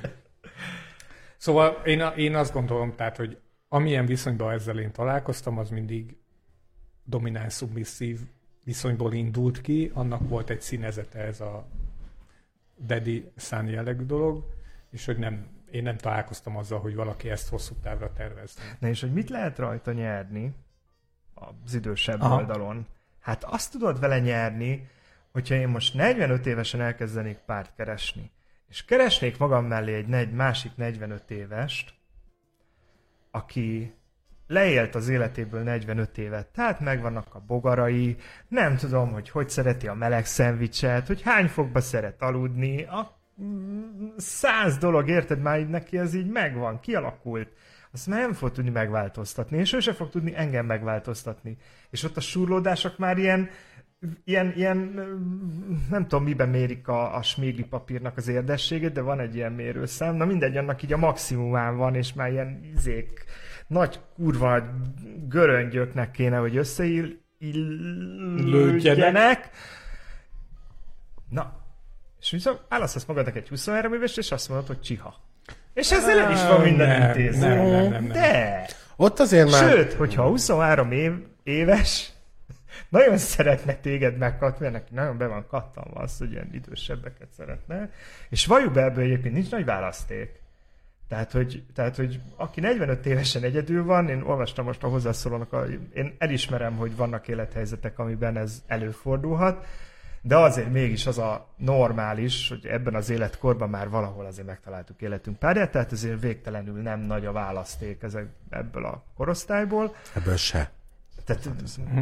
Szóval én, én azt gondolom, tehát, hogy amilyen viszonyban ezzel én találkoztam, az mindig domináns-szubmisszív viszonyból indult ki, annak volt egy színezete ez a daddy son jellegű dolog, és hogy nem, én nem találkoztam azzal, hogy valaki ezt hosszú távra tervezni. Na és hogy mit lehet rajta nyerni az idősebb Aha. oldalon? Hát azt tudod vele nyerni, hogyha én most negyvenöt évesen elkezdenék párt keresni, és keresnék magam mellé egy negy, másik negyvenöt évest, aki leélt az életéből negyvenöt évet, tehát megvannak a bogarai, nem tudom, hogy hogy szereti a meleg szendvicset, hogy hány fokba szeret aludni, a száz dolog, érted, már így neki ez így megvan, kialakult. Azt már nem fog tudni megváltoztatni, és ő sem fog tudni engem megváltoztatni. És ott a surlódások már ilyen, ilyen, ilyen nem tudom, miben mérik a, a smégli papírnak az érdességét, de van egy ilyen mérőszám. Na mindegy, annak így a maximumán van, és már ilyen izék, nagy kurva göröngyöknek kéne, hogy összeillődjenek. Na, és viszont választasz magadnak egy huszonhárom évest, és azt mondod, hogy csiha. És ezzel el is van minden nem, intézve. nem, nem, nem, nem. De! Ott azért már... Sőt, hogyha huszonhárom év, éves, nagyon szeretne téged megkatni, mert neki nagyon be van kattanva az, hogy ilyen idősebbeket szeretne, és valljuk be, ebből egyébként nincs nagy választék. Tehát hogy, tehát, hogy aki negyvenöt évesen egyedül van, én olvastam most a hozzászólónak, a, én elismerem, hogy vannak élethelyzetek, amiben ez előfordulhat, de azért mégis az a normális, hogy ebben az életkorban már valahol azért megtaláltuk életünk párját, tehát azért végtelenül nem nagy a választék ezek, ebből a korosztályból. Ebből se. Tehát, uh-huh.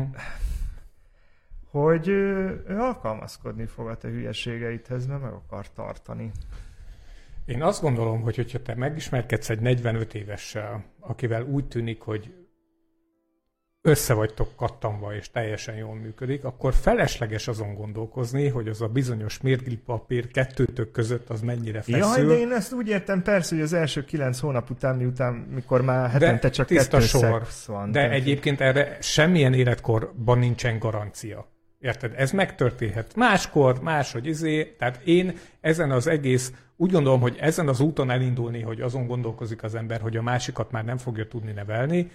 hogy ő, ő alkalmazkodni fog a te hülyeségeidhez, mert meg akar tartani. Én azt gondolom, hogy hogyha te megismerkedsz egy negyvenöt évessel, akivel úgy tűnik, hogy össze vagytok kattanva és teljesen jól működik, akkor felesleges azon gondolkozni, hogy az a bizonyos mérgilipapír kettőtök között az mennyire feszül. Jaj, de én ezt úgy értem persze, hogy az első kilenc hónap után, miután, mikor már hetente csak kettő szex van. De egyébként erre semmilyen életkorban nincsen garancia. Érted? Ez megtörténhet. Máskor, máshogy izé. Tehát én ezen az egész, úgy gondolom, hogy ezen az úton elindulni, hogy azon gondolkozik az ember, hogy a másikat már nem fogja tudni nevelni,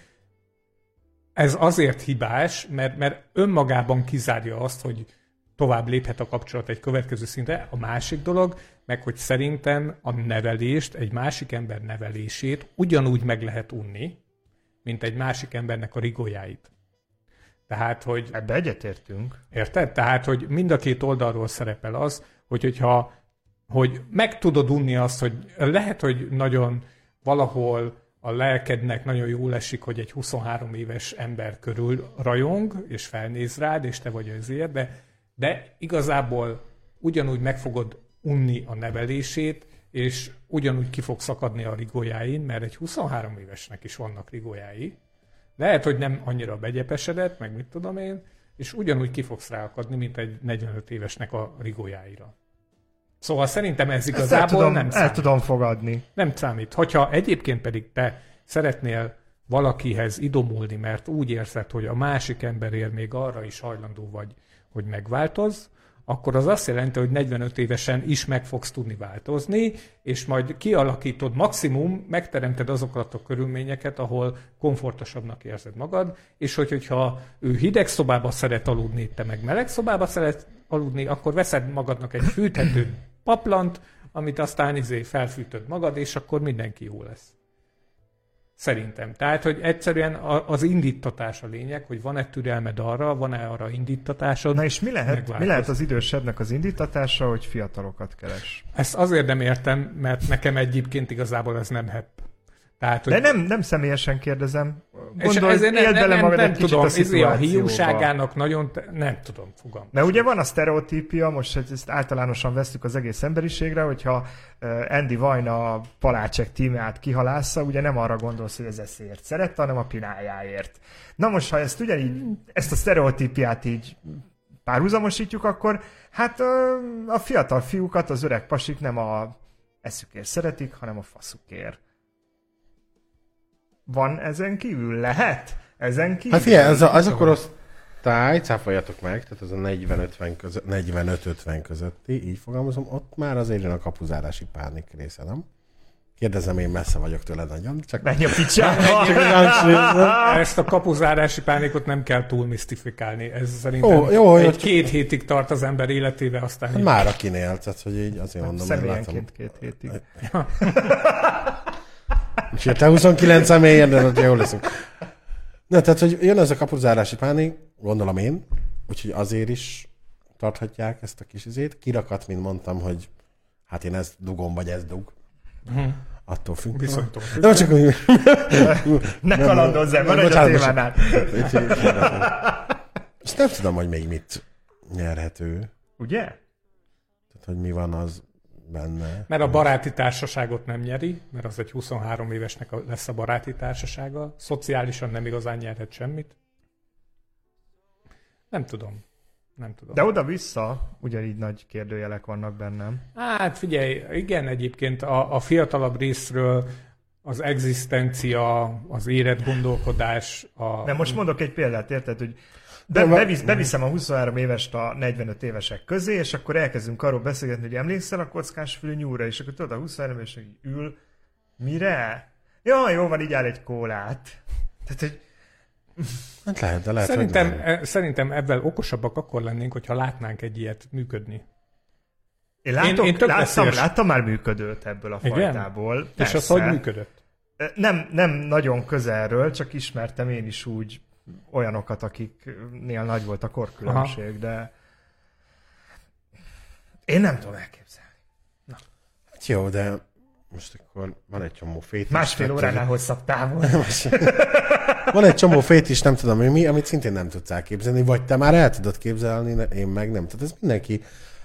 ez azért hibás, mert, mert önmagában kizárja azt, hogy tovább léphet a kapcsolat egy következő szintre. A másik dolog, meg hogy szerintem a nevelést, egy másik ember nevelését ugyanúgy meg lehet unni, mint egy másik embernek a rigójáit. Tehát, hogy... Ebbe egyetértünk. Érted? Tehát, hogy mind a két oldalról szerepel az, hogy, hogyha, hogy meg tudod unni azt, hogy lehet, hogy nagyon valahol a lelkednek nagyon jól esik, hogy egy huszonhárom éves ember körül rajong, és felnéz rád, és te vagy azért, de, de igazából ugyanúgy meg fogod unni a nevelését, és ugyanúgy ki fog szakadni a rigójáin, mert egy huszonhárom évesnek is vannak rigójái. Lehet, hogy nem annyira begyepesedett, meg mit tudom én, és ugyanúgy ki fogsz ráakadni, mint egy negyvenöt évesnek a rigójáira. Szóval szerintem ez igazából tudom, nem számít. El tudom fogadni. Nem számít. Hogyha egyébként pedig te szeretnél valakihez idomulni, mert úgy érzed, hogy a másik emberért még arra is hajlandó vagy, hogy megváltozz, akkor az azt jelenti, hogy negyvenöt évesen is meg fogsz tudni változni, és majd kialakítod, maximum megteremted azokat a körülményeket, ahol komfortosabbnak érzed magad, és hogy, hogyha ő hideg szobába szeret aludni, te meg meleg szobába szeret aludni, akkor veszed magadnak egy fűthető paplant, amit aztán izé felfűtöd magad, és akkor mindenki jó lesz. Szerintem. Tehát, hogy egyszerűen az indítatás a lényeg, hogy van-e türelmed arra, van-e arra indítatásod. Na és mi lehet, mi lehet az idősebbnek az indítatása, hogy fiatalokat keres? Ezt azért nem értem, mert nekem egyébként igazából ez nem hepp. Tehát, de nem, nem személyesen kérdezem. Gondolj, és ezért nem, nem, nem, nem tudom, a, a hiúságának nagyon, te, nem tudom, fogalmam. Mert ugye van a sztereotípia, most ezt általánosan vesztük az egész emberiségre, hogyha Andy Vajna a Palácsek tímját kihalásza, ugye nem arra gondolsz, hogy ez eszéért szerette, hanem a pinájáért. Na most, ha ezt ugyanígy, ezt a sztereotípiát így párhuzamosítjuk, akkor hát a fiatal fiúkat az öreg pasik nem a eszükért szeretik, hanem a faszukért. Van ezen kívül? Lehet? Ezen kívül? Hát figyelj, az, a, az a korosztály, cáfoljatok meg, tehát az a negyven-ötven között, negyvenöt-ötven közötti, így fogalmazom, ott már azért jön a kapuzárási pánik része, nem? Kérdezem, én messze vagyok tőle nagyon. Csak... Menj a picsába! Ezt a kapuzárási pánikot nem kell túl misztifikálni. Ez szerintem oh, jó, egy jó, két hétig tart az ember életébe, aztán... Hát már akinél, tehát hogy így azért mondom, hogy látom. két hétig. És te huszonkilenc személyen, de ott jól leszünk. Na, tehát, hogy jön ez a kapuzárási pánik, gondolom én, úgyhogy azért is tarthatják ezt a kis izét. Kirakat, mint mondtam, hogy hát én ezt dugom, vagy ez dug. Uh-huh. Attól függ. Viszonytól függ. Nem, csak... ne kalandozzál, nem, maradj a témánál. Ezt nem tudom, hogy még mit nyerhető. Ugye? Tehát, hogy mi van az benne. Mert a baráti társaságot nem nyeri, mert az egy huszonhárom évesnek lesz a baráti társasága. Szociálisan nem igazán nyerhet semmit. Nem tudom. Nem tudom. De oda-vissza ugyanígy nagy kérdőjelek vannak bennem. Hát figyelj, igen, egyébként a, a fiatalabb részről az egzisztencia, az érett gondolkodás. A... De most mondok egy példát, érted, hogy Be, bevisz, beviszem a huszonhárom évest a negyvenöt évesek közé, és akkor elkezdünk arról beszélgetni, hogy emlékszel a kockásfülű nyúlra, és akkor tudod, a huszonhárom évesek ül, mire? Ja, jó van, így áll egy kólát. Tehát, hogy... Hát lehet, de lehet, szerintem, e, szerintem ebben okosabbak akkor lennénk, hogyha látnánk egy ilyet működni. Én, látok, én, én láttam, láttam már működőt ebből a fajtából. Igen? És az hogy működött? Nem, nem nagyon közelről, csak ismertem én is úgy olyanokat, akiknél nagy volt a korkülönbség, aha, de én nem tudom elképzelni. Na. Hát jó, de most akkor van egy csomó fétis. Másfél óránál hosszabb távol. Van egy csomó fétis, nem tudom, hogy mi, amit szintén nem tudsz elképzelni, vagy te már el tudod képzelni, én meg nem. Tehát ez mindenki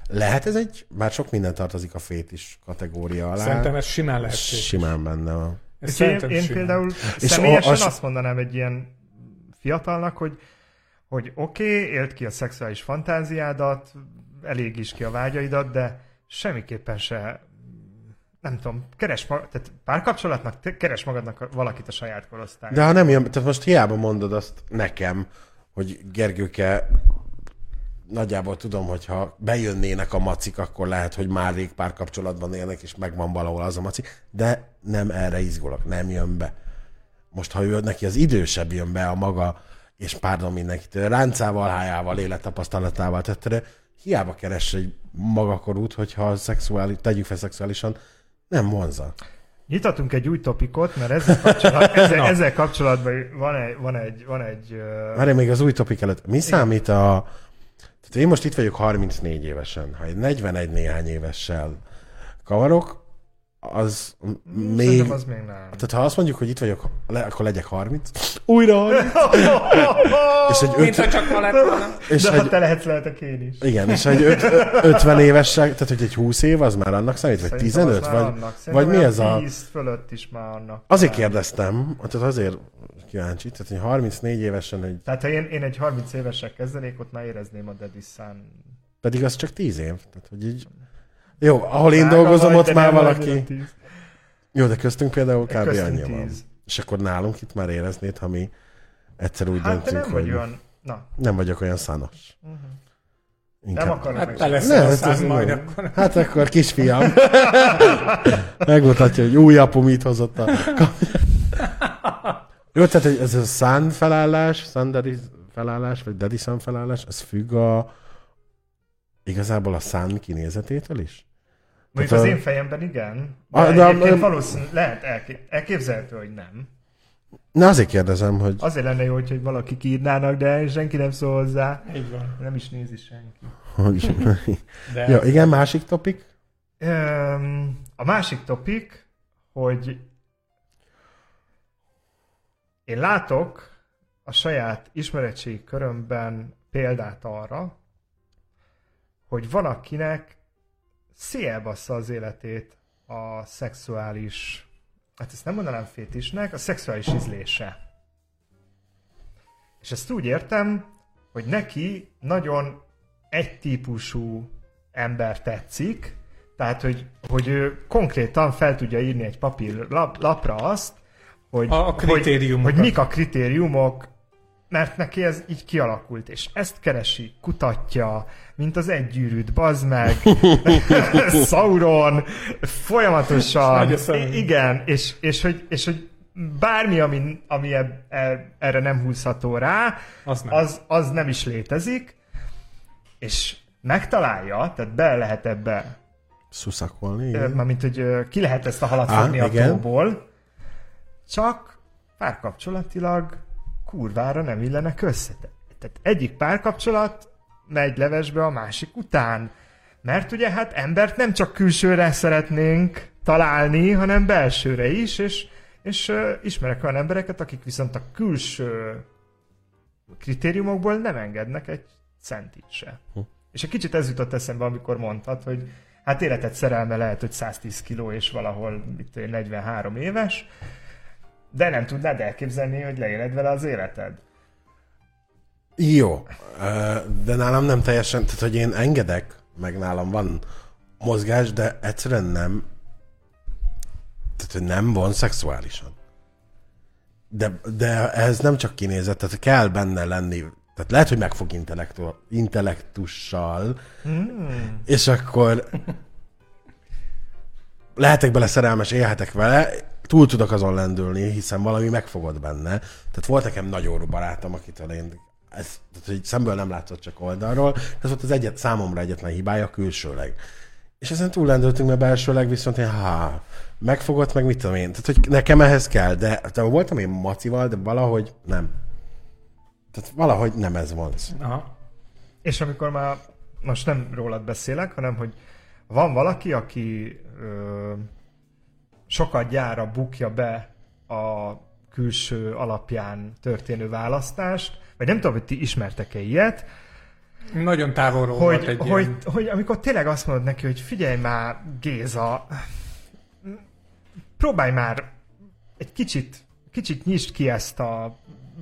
lehet ez egy, bár sok minden tartozik a fétis kategória alá. Szerintem ez simán lehet fétis. Simán benne van. Én, én például és személyesen a, a... azt mondanám egy ilyen fiatalnak, hogy, hogy oké, okay, éld ki a szexuális fantáziádat, elégíts ki a vágyaidat, de semmiképpen se, nem tudom, keres mag, tehát párkapcsolatnak, keres magadnak valakit a saját korosztályban. De ha nem jön, tehát most hiába mondod azt nekem, hogy Gergőke, nagyjából tudom, hogy ha bejönnének a macik, akkor lehet, hogy már rég párkapcsolatban élnek, és megvan valahol az a maci, de nem erre izgulok, nem jön be. Most, ha ő neki az idősebb jön be a maga, és pardon mindenkitől, ráncával, hájával, élettapasztalatával, tehát hiába keres egy magakorút, hogyha szexuális, tegyük fel szexuálisan, nem vonza. Nyitatunk egy új topikot, mert ezzel, kapcsolat, ezzel, no. ezzel kapcsolatban van egy... Van egy, van egy uh... Várj, még az új topik előtt. Mi számít a... Tehát én most itt vagyok harmincnégy évesen. Ha egy negyvenegy néhány évessel kavarok, az még... Szerintem az még nem. Tehát ha azt mondjuk, hogy itt vagyok, le, akkor legyek harminc. Újra harminc. És egy öt... Mint ha csak ma lett volna. És de egy... ha te lehetsz lehetek én is. Igen, és egy öt, ötven évessel, tehát hogy egy húsz év, az már annak számít? Vagy tizenöt? Vagy, vagy mi ez a... tíz fölött is már annak. Azért kérdeztem, tehát azért kíváncsi, tehát hogy harmincnégy évesen... Hogy... Tehát ha én, én egy harminc évessel kezdenék, ott már érezném a dediszán. Pedig az csak tíz év. Tehát, hogy így... Jó, ahol én Vága dolgozom, vagy, ott már valaki... Jó, de köztünk például kb. Annyi van. És akkor nálunk itt már éreznéd, ha mi egyszer úgy hát döntünk, nem hogy vagy olyan... Na. nem vagyok olyan szános. Uh-huh. Inkább... Nem akarok hát meg. Te leszel a szán majd akkor. Hát akkor kisfiam. Megmutatja, hogy új apu mit hozott a... Jó, tehát ez a szán felállás, szán felállás, vagy dediszán felállás, ez függ a... igazából a szán kinézetétől is? Mondjuk az a... én fejemben igen, de ah, egyébként de... valószínűleg lehet elkép... elképzelhető, hogy nem. Na azért kérdezem, hogy... Azért lenne jó, hogy valaki írnának, de senki nem szól hozzá. Így van. Nem is nézi senki. Hogy... de... Jó, igen, másik topik? Um, a másik topik, hogy én látok a saját ismeretségi körömben példát arra, hogy van akinek szélbassza az életét a szexuális, hát ezt nem mondanám fétisnek, a szexuális ízlése. És ezt úgy értem, hogy neki nagyon egytípusú ember tetszik, tehát, hogy, hogy ő konkrétan fel tudja írni egy papír lap, lapra azt, hogy, a hogy, hogy mik a kritériumok, mert neki ez így kialakult, és ezt keresi, kutatja, mint az egygyűrűt, bazd meg, Sauron, folyamatosan, I- igen, és, és, hogy, és hogy bármi, ami, ami eb, eb, erre nem húzható rá, az nem. Az, az nem is létezik, és megtalálja, tehát be lehet ebbe szuszakolni, igen. Mármint, hogy ki lehet ezt a halat fogni a tóból, csak párkapcsolatilag kurvára nem illenek össze. Tehát egyik párkapcsolat megy levesbe a másik után. Mert ugye hát embert nem csak külsőre szeretnénk találni, hanem belsőre is, és, és uh, ismerek olyan embereket, akik viszont a külső kritériumokból nem engednek egy centit se. Hm. És egy kicsit ez jutott eszembe, amikor mondtad, hogy hát életed szerelme lehet, hogy száztíz kiló és valahol mit, negyvenhárom éves, de nem tudnád elképzelni, hogy leéled vele az életed. Jó, de nálam nem teljesen, tehát hogy én engedek, meg nálam van mozgás, de egyszerűen nem, tehát hogy nem von szexuálisan. De, de ez nem csak kinézet, tehát kell benne lenni, tehát lehet, hogy megfog intellektu, intellektussal, mm. és akkor lehetek bele szerelmes, élhetek vele, túl tudok azon lendülni, hiszen valami megfogod benne. Tehát volt nekem nagyon jó barátom, akitől én ez, tehát, hogy szemből nem látszott, csak oldalról. Ez volt az egyet, számomra egyetlen hibája külsőleg. És ezen túl lendültünk, mert belsőleg viszont én, há, megfogott, meg mit tudom én. Tehát, hogy nekem ehhez kell, de, de voltam én macival, de valahogy nem. Tehát valahogy nem ez volt. Aha. És amikor már, most nem rólad beszélek, hanem, hogy van valaki, aki ö, sokat gyára bukja be a külső alapján történő választást, vagy nem tudom, hogy ti ismertek-e ilyet, Nagyon távolról hogy, volt egy hogy, ilyen... hogy amikor tényleg azt mondod neki, hogy figyelj már, Géza, próbálj már egy kicsit, kicsit nyisd ki ezt a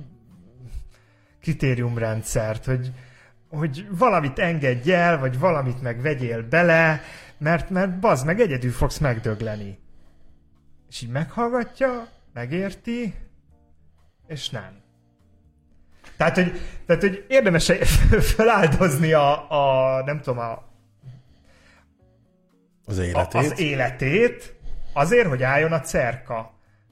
kritériumrendszert, hogy, hogy valamit engedj el, vagy valamit meg vegyél bele, mert, mert bazd meg, egyedül fogsz megdögleni. És így meghallgatja, megérti, és nem. Tehát, hogy, tehát, hogy érdemes feláldozni a, a, nem tudom, a, Az a, életét. az életét azért, hogy álljon a cerka.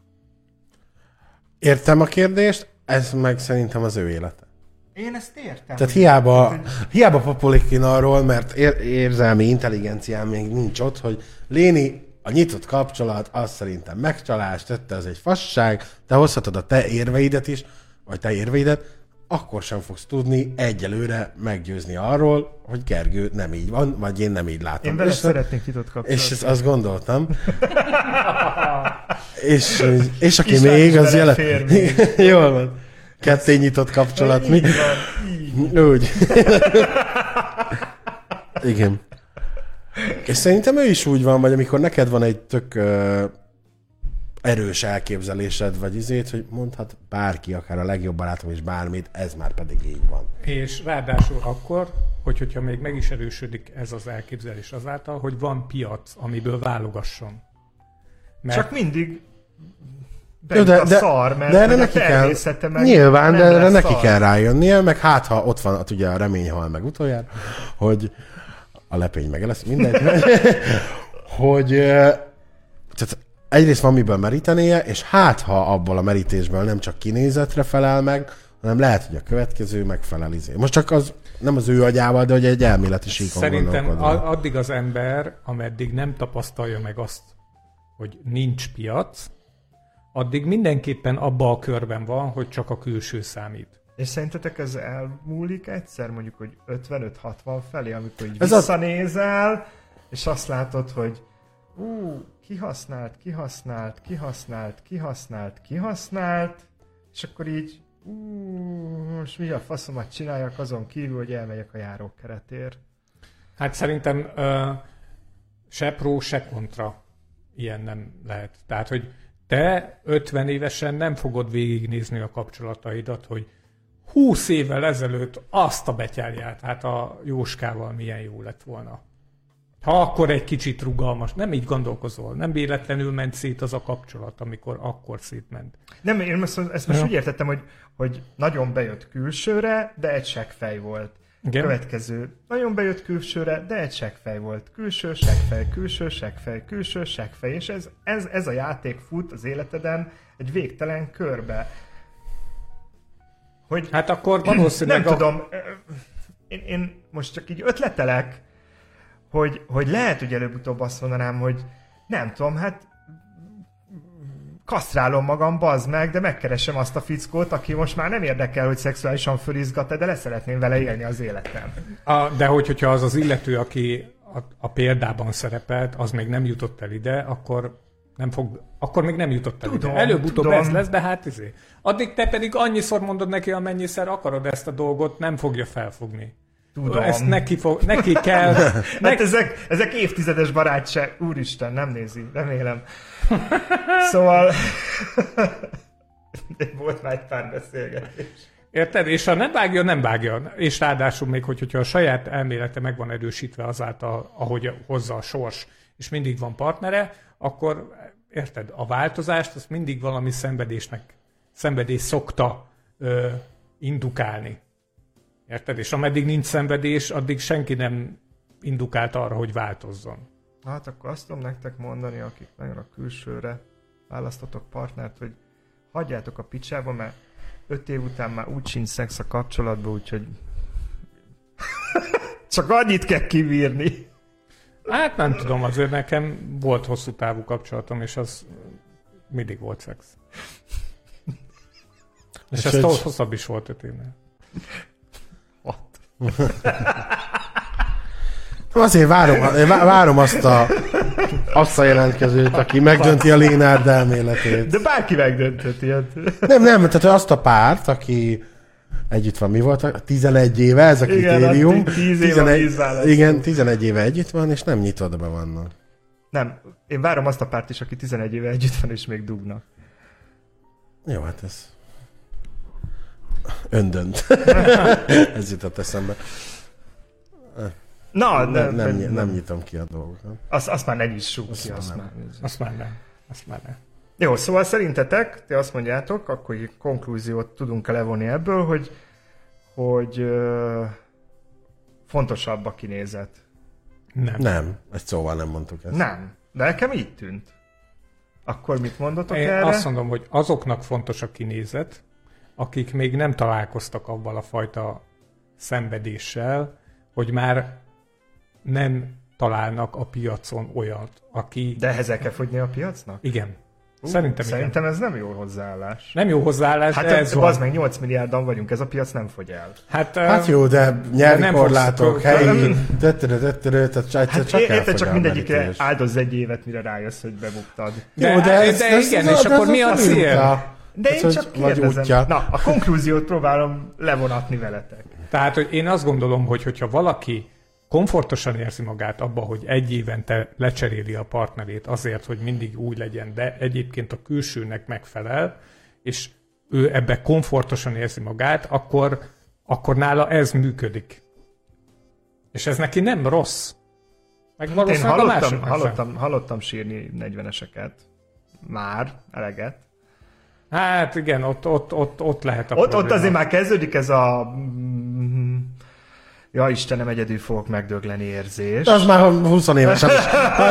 Értem a kérdést, ez meg szerintem az ő élete. Én ezt értem. Tehát hiába, hiába papolik én arról, mert ér, érzelmi intelligenciám még nincs ott, hogy Léni, a nyitott kapcsolat, az szerintem megcsalás, tette, az egy fasság, te hozhatod a te érveidet is, vagy te érveidet, akkor sem fogsz tudni egyelőre meggyőzni arról, hogy Gergő nem így van, vagy én nem így látom. Én vele és szeretnék nyitott kapcsolatot. És ezt azt gondoltam. és, és aki István még, is az vele jelen... fér még. Jól van. Ketté nyitott kapcsolat. Mi? Így van, így. Úgy. Igen. És szerintem ő is úgy van, vagy amikor neked van egy tök uh, erős elképzelésed, vagy izét, hogy mondhat bárki, akár a legjobb barátom is bármit, ez már pedig így van. És ráadásul akkor, hogy, hogyha még meg is erősödik ez az elképzelés azáltal, hogy van piac, amiből válogasson. Mert Csak mindig Jó, de, a de, szar, mert de erre hogy a neki kell, természete meg nyilván, de nem erre lesz neki szar. kell rájönnie, meg hát ha ott van, hát ugye a remény hal meg utoljára, hogy a lepény meg lesz, mindegy, hogy eh, tehát egyrészt van miből merítenie, és hát ha abból a merítésből nem csak kinézetre felel meg, hanem lehet, hogy a következő megfelel izé. Most csak az nem az ő agyával, de hogy egy elméleti síkon szerintem gondolkodva. a- addig az ember, ameddig nem tapasztalja meg azt, hogy nincs piac, addig mindenképpen abba a körben van, hogy csak a külső számít. És szerintetek ez elmúlik egyszer, mondjuk, hogy ötvenöt-hatvan felé, amikor így Ez az- visszanézel, és azt látod, hogy ú, kihasznált, kihasznált, kihasznált, kihasznált, kihasznált, és akkor így ú, most mi a faszomat csináljak azon kívül, hogy elmegyek a járókeretért. Hát szerintem ö, se pró, se kontra ilyen nem lehet. Tehát, hogy te ötven évesen nem fogod végignézni a kapcsolataidat, hogy húsz évvel ezelőtt azt a betyárját, hát a Jóskával milyen jó lett volna. Ha akkor egy kicsit rugalmas, nem így gondolkozol, nem véletlenül ment szét az a kapcsolat, amikor akkor szétment. Nem, én most, ezt most Ja. úgy értettem, hogy, hogy nagyon bejött külsőre, de egy seggfej volt. Igen? Következő. Nagyon bejött külsőre, de egy seggfej volt. Külső, seggfej, külső, seggfej, külső, seggfej. És ez, ez, ez a játék fut az életeden egy végtelen körbe. Hogy Hát akkor valószínűleg... nem a- tudom, én, én most csak így ötletelek, hogy, hogy lehet, hogy előbb-utóbb azt mondanám, hogy nem tudom, hát kasztrálom magam, bazd meg, de megkeresem azt a fickót, aki most már nem érdekel, hogy szexuálisan fölizgat, de leszeretném vele élni az életem. A, de hogy, hogyha az az illető, aki a, a példában szerepelt, az még nem jutott el ide, akkor nem fog, akkor még nem jutott el Tudom, ide. Előbb-utóbb tudom. ez lesz, de hát izé. Addig te pedig annyiszor mondod neki, amennyiszer akarod ezt a dolgot, nem fogja felfogni. Tudom. Ezt neki, fog, neki kell... Hát neki, ezek, ezek évtizedes barátság. Úristen, nem nézi, remélem. Szóval... de volt már egy pár beszélgetés. érted? És ha nem vágja, nem vágja. És ráadásul még, hogy, hogyha a saját elmélete meg van erősítve azáltal, ahogy hozza a sors, és mindig van partnere, akkor érted, a változást azt mindig valami szenvedésnek, szenvedés szokta ö, indukálni. Érted? És ameddig nincs szenvedés, addig senki nem indukált arra, hogy változzon. Hát akkor azt tudom nektek mondani, akik nagyon a külsőre választotok partnert, hogy hagyjátok a picsába, mert öt év után már úgy sincs szex a kapcsolatban, úgyhogy csak annyit kell kibírni. Hát nem tudom, azért nekem volt hosszú távú kapcsolatom, és az mindig volt szex. És, És ez egy- hosszabb is volt öt évnél. Azért várom, vá- várom azt a, azt a jelentkezőt, aki megdönti a Lénárd elméletét. De bárki megdöntheti. Hát. Nem, nem, tehát azt a párt, aki együtt van. Mi volt? tizenegy éve ez a kritérium. Igen, tíz éve tizenegy, igen, tizenegy éve együtt van, és nem nyitottban vannak. Nem, én várom azt a párt is, aki tizenegy éve együtt van, és még dugnak. Jó, hát ez... Öndönt. Ez jutott eszembe. Na, nem, nem, nem, nem nyitom ki a dolgokat. Azt, azt már ne nyissuk azt ki. Azt már, azt már nem. Azt már nem. Jó, szóval szerintetek, ti azt mondjátok, akkor egy konklúziót tudunk levonni ebből, hogy, hogy uh, fontosabb a kinézet. Nem. Nem, egy szóval nem mondtuk ezt. Nem, de nekem így tűnt. Akkor mit mondotok Én erre? azt mondom, hogy azoknak fontos a kinézet, akik még nem találkoztak avval a fajta szenvedéssel, hogy már nem találnak a piacon olyat, aki... De ehhez el kell fogyni a piacnak? Igen. Uh, Szerintem, szerintem igen. ez nem jó hozzáállás. Nem jó hozzáállás, Hát de ez van. az meg nyolc milliárdan vagyunk, ez a piac nem fogy el. Hát, Hát jó, de nyelvi nem korlátok, fogsz- helyi, tötörö, tötörö, tehát csak Hát csak érted, elfogy csak a mindegyikre merítés. áldozz egy évet, mire rájössz, hogy bebuktad. De- Jó, de, ez, de ez, igen, ez, és ez, akkor ez mi a az cél? útja. De Ez, én hogy csak vagy kérdezem. útja. Na, a konklúziót próbálom levonatni veletek. Tehát, hogy én azt gondolom, hogy hogyha valaki komfortosan érzi magát abba, hogy egy évente lecseréli a partnerét azért, hogy mindig úgy legyen, de egyébként a külsőnek megfelel, és ő ebbe komfortosan érzi magát, akkor, akkor nála ez működik. És ez neki nem rossz. Meg Én valószínűleg a hallottam, másoknak sem. hallottam, hallottam sírni negyveneseket. Már, eleget. Hát igen, ott, ott, ott, ott lehet a Ott, ott probléma. azért már kezdődik ez a... mm, Ja, Istenem, egyedül fogok megdögleni érzés. Az már húsz évesen is.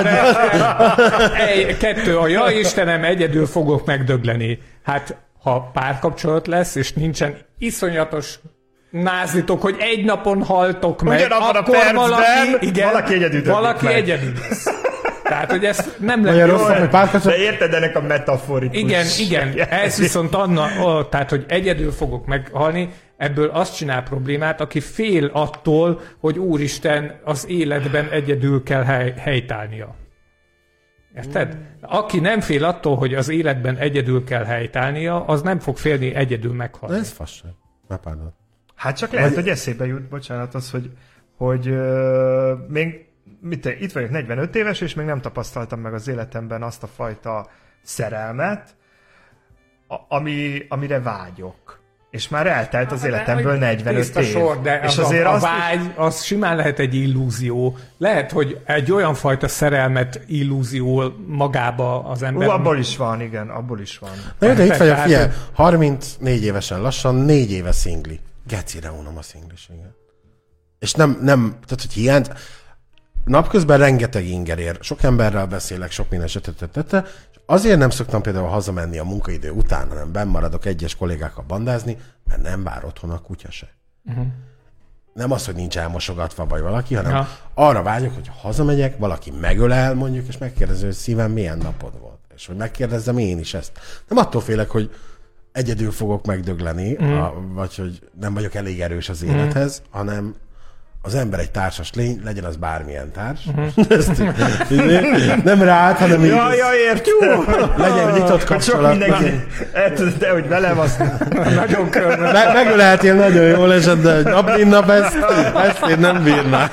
Egy, kettő, a ja Istenem, egyedül fogok megdögleni. Hát, ha párkapcsolat lesz, és nincsen iszonyatos názlitok, hogy egy napon haltok meg, Ugyanabban a akkor percben valaki, igen, valaki egyedül döglik valaki meg. egyedül lesz. Tehát, hogy ezt nem Olyan lehet... rosszabb, hogy párkapcsolat. De érted ennek a metaforikus... Igen, igen, ez viszont anna, ó, tehát, hogy egyedül fogok meghalni, ebből azt csinál problémát, aki fél attól, hogy úristen, az életben egyedül kell hely, helytállnia. Érted? Aki nem fél attól, hogy az életben egyedül kell helytállnia, az nem fog félni egyedül meghalni. Ez fasság. Már pardon. Hát csak lehet, Vagy- hogy eszébe jut, bocsánat, az, hogy, hogy euh, még mit, itt vagyok negyvenöt éves, és még nem tapasztaltam meg az életemben azt a fajta szerelmet, a, ami, amire vágyok. És már eltelt az életemből negyvenöt Tiszta év. sor, de és az azért a, a azt vágy, az simán lehet egy illúzió. Lehet, hogy egy olyan fajta szerelmet illúzió magába az Ú, ember. abból is van, igen, abból is van. Na jó, de itt Tehát, vagyok, tehát, figyelj, harmincnégy évesen lassan, négy éve szingli. Gecire unom a szingliséget. És nem, nem, tehát hogy hiány, napközben rengeteg inger ér. Sok emberrel beszélek, sok minden sötötötötte, és azért nem szoktam például hazamenni a munkaidő után, hanem benn maradok egyes kollégákkal bandázni, mert nem vár otthon a kutya se. Uh-huh. Nem az, hogy nincs elmosogatva vagy valaki, hanem Ja. arra vágyok, hogy hazamegyek, valaki megölel mondjuk, és megkérdezi, hogy szívem, milyen napod volt. És hogy megkérdezzem én is ezt. Nem attól félek, hogy egyedül fogok megdögleni, mm. a, vagy hogy nem vagyok elég erős az élethez, mm. hanem az ember egy társas lény, legyen az bármilyen társ. Mm. Ezt, nem rád, hanem így. Ja, ja, értjük! Legyen nyitott Sok kapcsolat. mindenki, el tudod, de hogy velem azt nagyon körben. Me- megölelhetél nagyon jól esett, de egy nap, mint nap ezt, ezt én nem bírnám.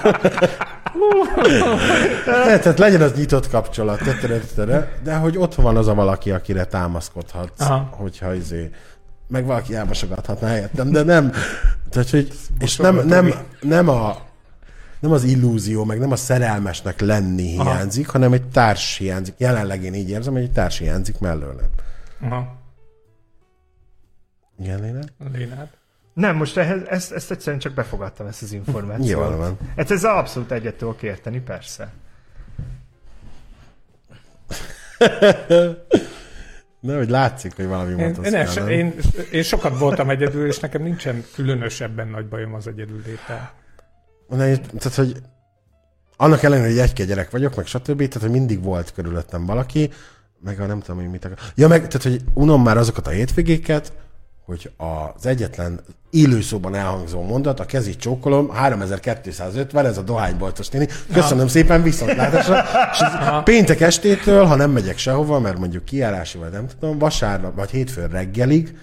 De, tehát legyen az nyitott kapcsolat, de hogy ott van az a valaki, akire támaszkodhatsz, Aha. hogyha izé, meg valaki elmosogathatná helyettem, de nem, tehát, hogy, és nem, nem, nem, a, nem az illúzió, meg nem a szerelmesnek lenni hiányzik, Aha. hanem egy társ hiányzik. Jelenleg én így érzem, hogy egy társ hiányzik mellőlem. Aha. Igen, Léna? Lénád. Nem, most ehhez, ezt, ezt egyszerűen csak befogadtam, ezt az információt. Jól van. Hát ez abszolút egyet tudok érteni, persze. De hogy látszik, hogy valami Én, én, motoszkál, én, én, én sokat voltam egyedül, és nekem nincsen különösebben nagy bajom az egyedül léttel. Tehát, hogy annak ellenére, hogy egy-két gyerek vagyok, meg stb., tehát, hogy mindig volt körülöttem valaki, meg a nem tudom, hogy mit akar. Ja, meg, tehát, hogy unom már azokat a hétvégéket, hogy az egyetlen élőszóban elhangzó mondat, a kezit csókolom, háromezer-kétszázötven, ez a dohányboltos néni. Köszönöm ja. szépen, viszontlátásra. És péntek estétől, ha nem megyek sehova, mert mondjuk kijárási vagy nem tudom, vasárnap vagy hétfőn reggelig,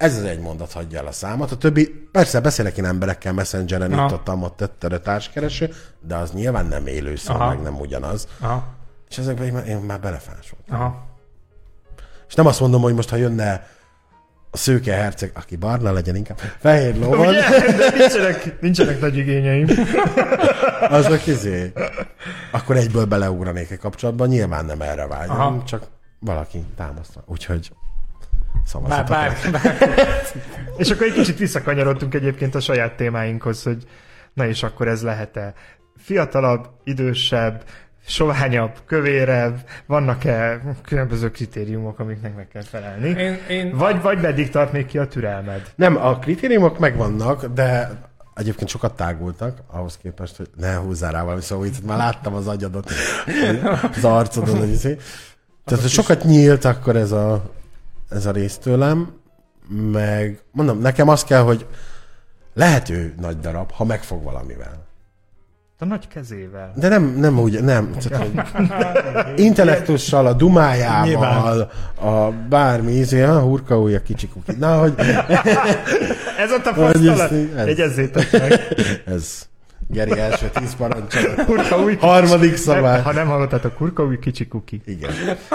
Ez az egy mondat hagyja el a számot. A többi, persze beszélek én emberekkel Messengeren, itt ott, ott tettere társkereső, de az nyilván nem élő szó, meg nem ugyanaz. Aha. És ezekben én, én már belefásoltam. Aha. És nem azt mondom, hogy most ha jönne a szőke herceg, aki barna legyen inkább, fehér lóval. Ugye? De nincsenek, nincsenek nagy igényeim. Azok izé. Akkor egyből beleugranék egy kapcsolatban, nyilván nem erre vágyom, aha. Csak valaki támasztva. Úgyhogy szavazatok. Bár, bár, bár. És akkor egy kicsit visszakanyarodtunk egyébként a saját témáinkhoz, hogy na és akkor ez lehet-e fiatalabb, idősebb, soványabb, kövérebb, vannak-e különböző kritériumok, amiknek meg kell felelni? Én, én... Vagy, vagy meddig tart még ki a türelmed? Nem, a kritériumok megvannak, de egyébként sokat tágultak, ahhoz képest, hogy ne húzzál rá valami szóval, itt már láttam az agyadot, az arcodon, hogy izé. Tehát, hogy sokat nyílt akkor ez a, ez a rész tőlem, meg mondom, nekem az kell, hogy lehető nagy darab, ha megfog valamivel. A nagy kezével. De nem, nem úgy, nem. Intellektussal, a dumájával, a bármi, izé, a hurka új, a kicsi kuki. Na, hogy... Ez a tapasztalat? Jegyezzétek meg. Ez Geri első tíz parancsolat. Harmadik szabály. Ha nem hallottátok, hurka új, kicsi kuki. Igen.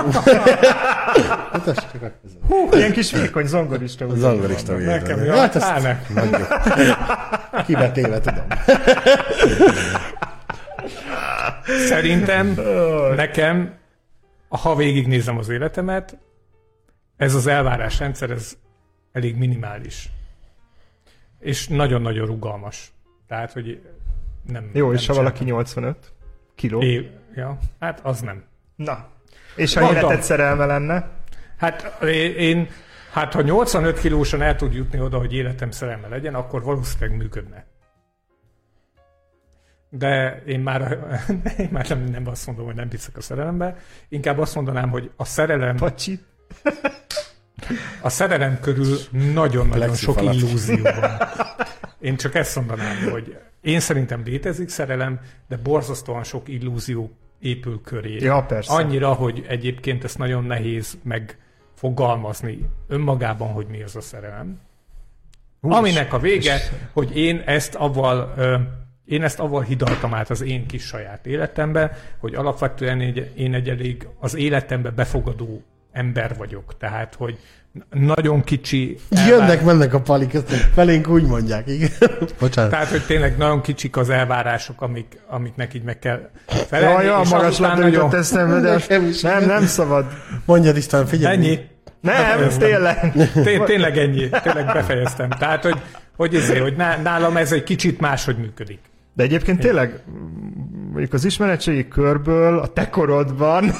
Hú, ilyen kis vékony zongorista. Zongorista vékony. Nekem jó, hát ezt nagyon. Kibetéve tudom. Szerintem nekem, ha végignézem az életemet, ez az elvárásrendszer, ez elég minimális. És nagyon-nagyon rugalmas. Tehát, hogy nem... Jó, nem és ha valaki nyolcvanöt kiló? É, ja, hát az nem. Na, és ha életed szerelme lenne? Hát én, hát ha nyolcvanöt kilósan el tud jutni oda, hogy életem szerelme legyen, akkor valószínűleg működne. De én már, én már nem, nem azt mondom, hogy nem hiszek a szerelembe, inkább azt mondanám, hogy a szerelem... Pacsi. A szerelem körül nagyon-nagyon sok illúzió van. Én csak ezt mondanám, hogy én szerintem létezik szerelem, de borzasztóan sok illúzió épül köré. Ja, persze. Annyira, hogy egyébként ezt nagyon nehéz megfogalmazni önmagában, hogy mi az a szerelem. Hús, Aminek a vége, és... hogy én ezt avval... Én ezt avval hidaltam át az én kis saját életembe, hogy alapvetően én egy elég az életembe befogadó ember vagyok. Tehát, hogy nagyon kicsi... Elvár... Jönnek, mennek a palik, ezt felénk úgy mondják, igen. Bocsánat. Tehát, hogy tényleg nagyon kicsik az elvárások, amik, amiknek így meg kell felelni. Jaj, a magas labda jutott eszembe, de nem, nem szabad. Mondjad István, figyelj. Ennyi. Nem, tényleg. Té- tényleg ennyi. Tényleg befejeztem. Tehát, hogy, hogy, ezért, hogy nálam ez egy kicsit máshogy működik. De egyébként tényleg, mondjuk az ismeretségi körből, a te korodban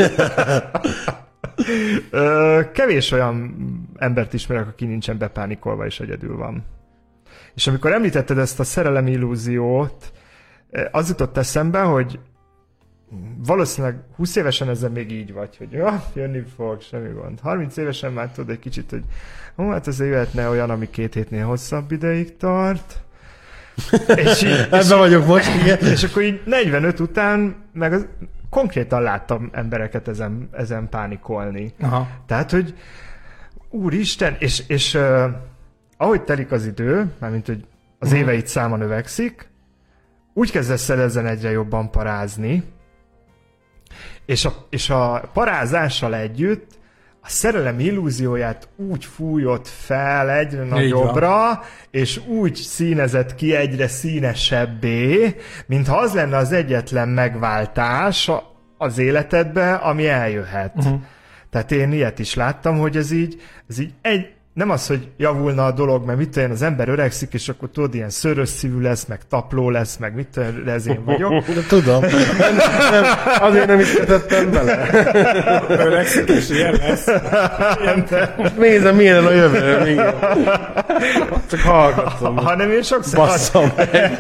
kevés olyan embert ismerek, aki nincsen bepánikolva és egyedül van. És amikor említetted ezt a szerelem illúziót, az jutott eszembe, hogy valószínűleg húsz évesen ezzel még így vagy, hogy ja, jönni fog, semmi gond. harminc évesen már tudod egy kicsit, hogy ó, hát azért jöhetne olyan, ami két hétnél hosszabb ideig tart. És így, Ebben és vagyok most, igen. És akkor így negyvenöt után meg az, konkrétan láttam embereket ezen, ezen pánikolni. Aha. Tehát, hogy úristen, és, és uh, ahogy telik az idő, mármint, hogy az uh-huh. éveid száma növekszik, úgy kezdesz el ezen egyre jobban parázni, és a, és a parázással együtt a szerelem illúzióját úgy fújott fel egyre nagyobbra, és úgy színezett ki egyre színesebbé, mintha az lenne az egyetlen megváltás az életedbe, ami eljöhet. Uh-huh. Tehát én ilyet is láttam, hogy ez így, ez így egy, nem az, hogy javulna a dolog, mert mit tudom, az ember öregszik, és akkor tudod, ilyen szőrös szívű lesz, meg tapló lesz, meg mit tudom, ez én vagyok. De tudom. Nem, nem, azért nem is kötöttem bele. Öregszik, és ilyen lesz. Nézem, milyen a jövő. Igen. Csak hallgatom. Ha nem, én sokszor... Basszom meg.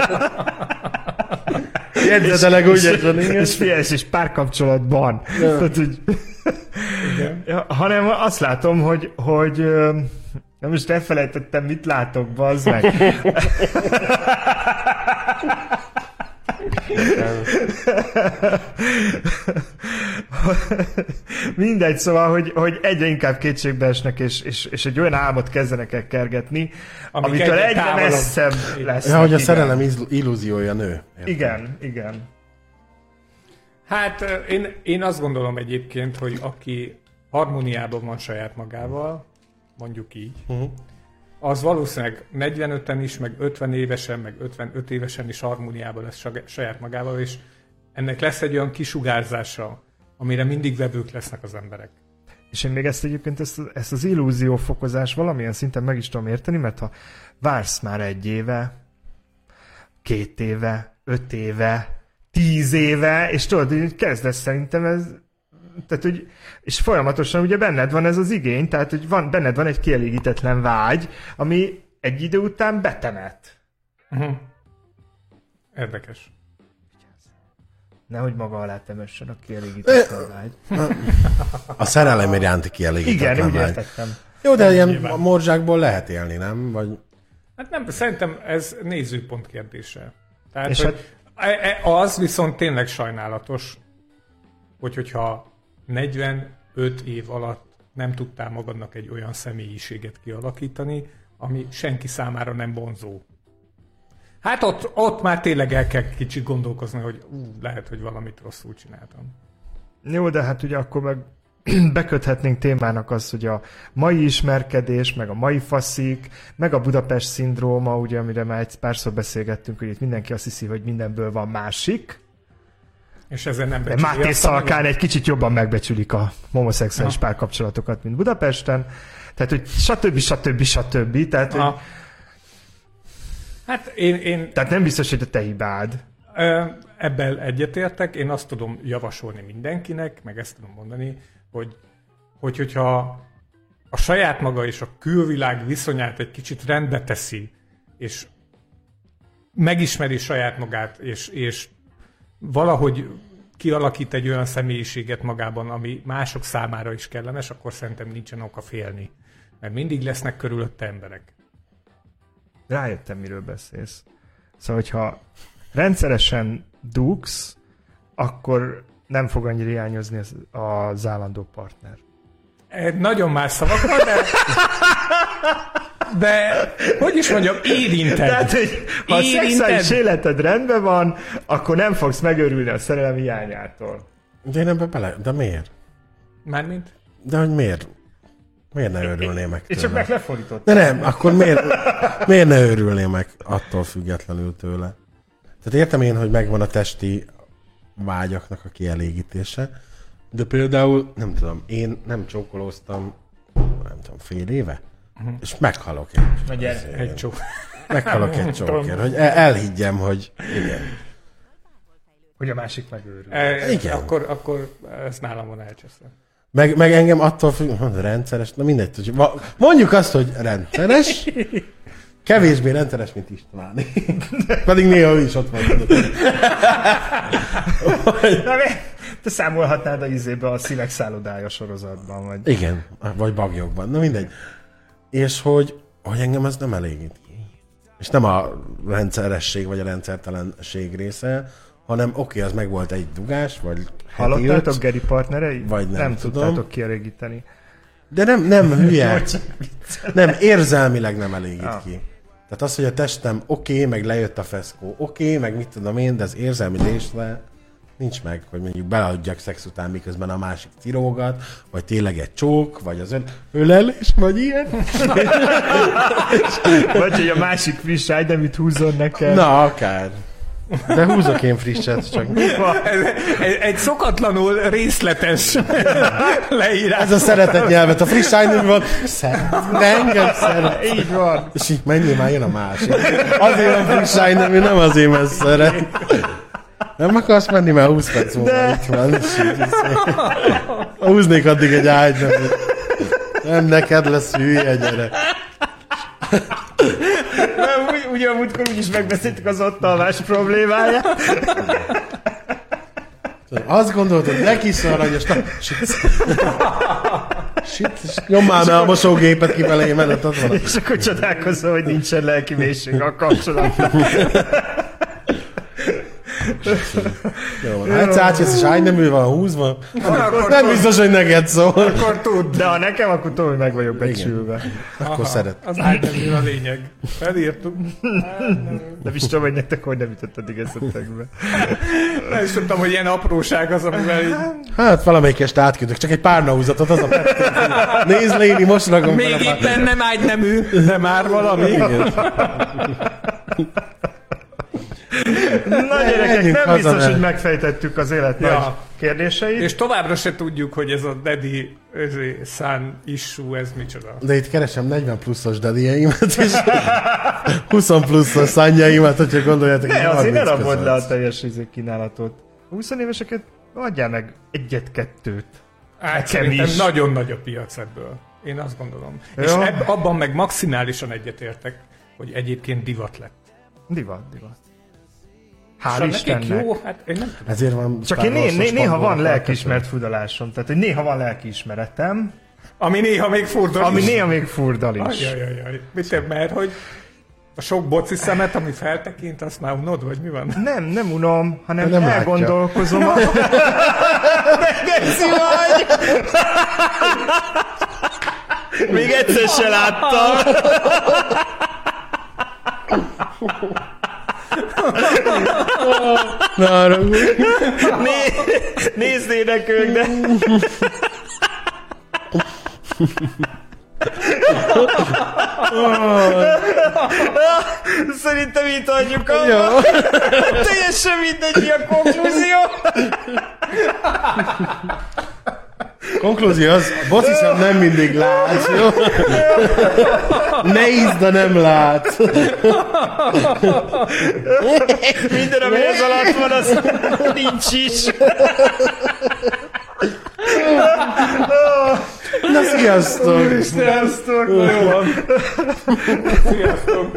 Jegyzetelek úgy értem, igen. És figyelsz, és párkapcsolatban. Tehát, hogy... Ja, hanem azt látom, hogy, hogy nem most elfelejtettem, mit látok, bazd meg. Mindegy, szóval, hogy, hogy egyre inkább kétségbe esnek, és, és, és egy olyan álmot kezdenek el kergetni, Amik amitől egyre távolabb. messzebb lesz. Ja, hogy a szerelem izl- illúziója nő. Értem. Igen, igen. Hát én, én azt gondolom egyébként, hogy aki harmóniában van saját magával, mondjuk így, uh-huh. az valószínűleg negyvenöten is, meg ötven évesen, meg ötvenöt évesen is harmóniában lesz saját magával, és ennek lesz egy olyan kisugárzása, amire mindig vevők lesznek az emberek. És én még ezt egyébként, ezt, ezt az illúziófokozás valamilyen szinten meg is tudom érteni, mert ha vársz már egy éve, két éve, öt éve, tíz éve, és tudod, hogy kezdesz szerintem ez, tehát, hogy, és folyamatosan ugye benned van ez az igény, tehát, hogy van, benned van egy kielégítetlen vágy, ami egy idő után betemet. Uh-huh. Érdekes. Nehogy maga alá temessen a kielégítetlen vágy. A szerelem iránti kielégítetlen Igen, úgy vágy. értettem. Jó, de ilyen a morzsákból lehet élni, nem? Vagy... Hát nem, szerintem ez nézőpont kérdése. Tehát, és hogy hát... az viszont tényleg sajnálatos, hogy hogyha negyvenöt év alatt nem tudtál magadnak egy olyan személyiséget kialakítani, ami senki számára nem vonzó. Hát ott, ott már tényleg el kell kicsit gondolkozni, hogy ú, lehet, hogy valamit rosszul csináltam. Jó, de hát ugye akkor meg beköthetnénk témának az, hogy a mai ismerkedés, meg a mai faszik, meg a Budapest szindróma, ugye, amire már egy párszor beszélgettünk, hogy itt mindenki azt hiszi, hogy mindenből van másik. És ezen nem becsüli. Máté Szalkán egy kicsit jobban megbecsülik a homoszexuális ha. párkapcsolatokat, mint Budapesten. Tehát, hogy stb. stb. stb. Tehát, hogy... Hát én, én... Tehát nem biztos, hogy a te hibád. Ebben egyetértek. Én azt tudom javasolni mindenkinek, meg ezt tudom mondani, hogy, hogy hogyha a saját maga és a külvilág viszonyát egy kicsit rendbe teszi, és megismeri saját magát, és, és valahogy kialakít egy olyan személyiséget magában, ami mások számára is kellemes, akkor szerintem nincsen oka félni. Mert mindig lesznek körülötte emberek. Rájöttem, miről beszélsz. Szóval, hogyha rendszeresen dugsz, akkor nem fog annyira hiányozni az, az állandó partner. Nagyon más szavakkal, de... De, hogy is mondjam, érinted. Tehát, hogy ha a szexuális életed rendben van, akkor nem fogsz megőrülni a szerelem hiányától. De én ebbe bele... De miért? Mármint? De hogy miért? Miért ne örülnél meg tőle? Én csak meg lefordítottam. De nem, akkor miért, miért ne örülnél meg attól függetlenül tőle? Tehát értem én, hogy megvan a testi vágyaknak a kielégítése, de például, nem tudom, én nem csókolóztam, nem tudom, fél éve, uh-huh. és meghalok egy, egy, egy csók. Meghalok egy csókért, hogy el, elhiggyem, hogy igen. Hogy a másik megőrül. E, igen. Akkor, akkor ezt nálam van elcseszve. Meg, meg engem attól függ, hogy rendszeres, na mindegy, hogy mondjuk azt, hogy rendszeres, kevésbé rendszeres, mint Istváni. Pedig néha ő is ott van. Na, te számolhatnád a izébe a Szívek szállodája sorozatban. Vagy... Igen, vagy bagyokban, na mindegy. És hogy, hogy engem ez nem elégít. És nem a rendszeresség vagy a rendszertelenség része, hanem oké, okay, az meg volt egy dugás, vagy hallottátok öt, Geri partnerei? Vagy nem, nem tudom. tudtátok kielégíteni. De nem, nem hülye. Nem, érzelmileg nem elégít ah. ki. Tehát az, hogy a testem oké, okay, meg lejött a feszkó, oké, okay, meg mit tudom én, de az érzelmi részre nincs meg, hogy mondjuk beleadjak szex után, miközben a másik cirógat, vagy tényleg egy csók, vagy az ön ölelés, vagy ilyen. Vagy hogy a másik friss ágy, amit húzzon neked. Na, akár. De húzok én frisset, csak... Egy, egy szokatlanul részletes leírás. Ez a szeretet nyelvet. A friss ágynőm van, szeret, engem szeret. Így van. És így mennyi, már jön a másik. Azért van friss ágynőm, nem azért, mert szeret. Nem akarsz menni, mert húsz perc múlva itt van. Húznék addig egy ágynőt. Nem neked lesz hülye, gyerek. Ugye amúgykor úgyis megbeszéltük az ott alvás problémáját. Azt gondoltad, neki is aranyos. Shit, nyomál már a mosógépet kifelé, mert ott van. És akkor csodálkozol, hogy nincsen lelki mélység a kapcsolatban. Jó, ha egyszer átjössz, és ágynemű van húzva, Akkor nem biztos, hogy neked szól. Akkor tud. De ha nekem, akkor tudom, hogy meg vagyok becsülve. Akkor szeret. Az ágynemű a lényeg. Felírtuk. Nem is tudom, hogy nektek hogy nem jutott eddig eszetekbe. Nem is tudtam, hogy ilyen apróság az, amivel így... Hát valamelyik este átküldök, csak egy párnahúzatot, az a nézd Léni, most rakom Még fel a éppen nem ágynemű, de már valami. Igen. Na gyerekek, Menjünk nem haza, biztos, mert- hogy megfejtettük az élet Ja. nagy kérdéseit. És továbbra se tudjuk, hogy ez a daddy sun issue, ez micsoda. De itt keresem negyven pluszos dedieimet, és húsz pluszos szányjaimat, hogyha gondoljátok, Ne, hogy azért ne harminc rabod le a között. teljes izé kínálatot. A húsz éveseket adjál meg egyet-kettőt. Hát Nekem szerintem is. nagyon nagy a piac ebből. Én azt gondolom. Ja. És ebb, abban meg maximálisan egyetértek, hogy egyébként divat lett. Divat, divat. És Hál' ha nekik Istennek. jó, hát én nem tudom. Ezért van Csak Star én né- Wars-os né- néha Pandora van lelkiismert felkötő. fudalásom. Tehát, hogy néha van lelkiismeretem, Ami néha még furdal ami is. néha még furdal is. Ajajajaj. Mit te, mert hogy a sok boci szemet, ami feltekint, azt már unod, vagy mi van? Nem, nem unom, hanem Nem látja. elgondolkozom. A... Geci vagy! Még egyszer se láttam. Na, arra úgy. Né- néznének ők, de... Szerintem itt adjuk abba. Jó. Teljesen mindegy, mi a konklúzió. Konklúzió az, a boci szem nem mindig látsz, jó? Nézd, de nem látsz. Minden, ami ez alatt van, az nincs is. Na, sziasztok! Sziasztok, jó van. Sziasztok!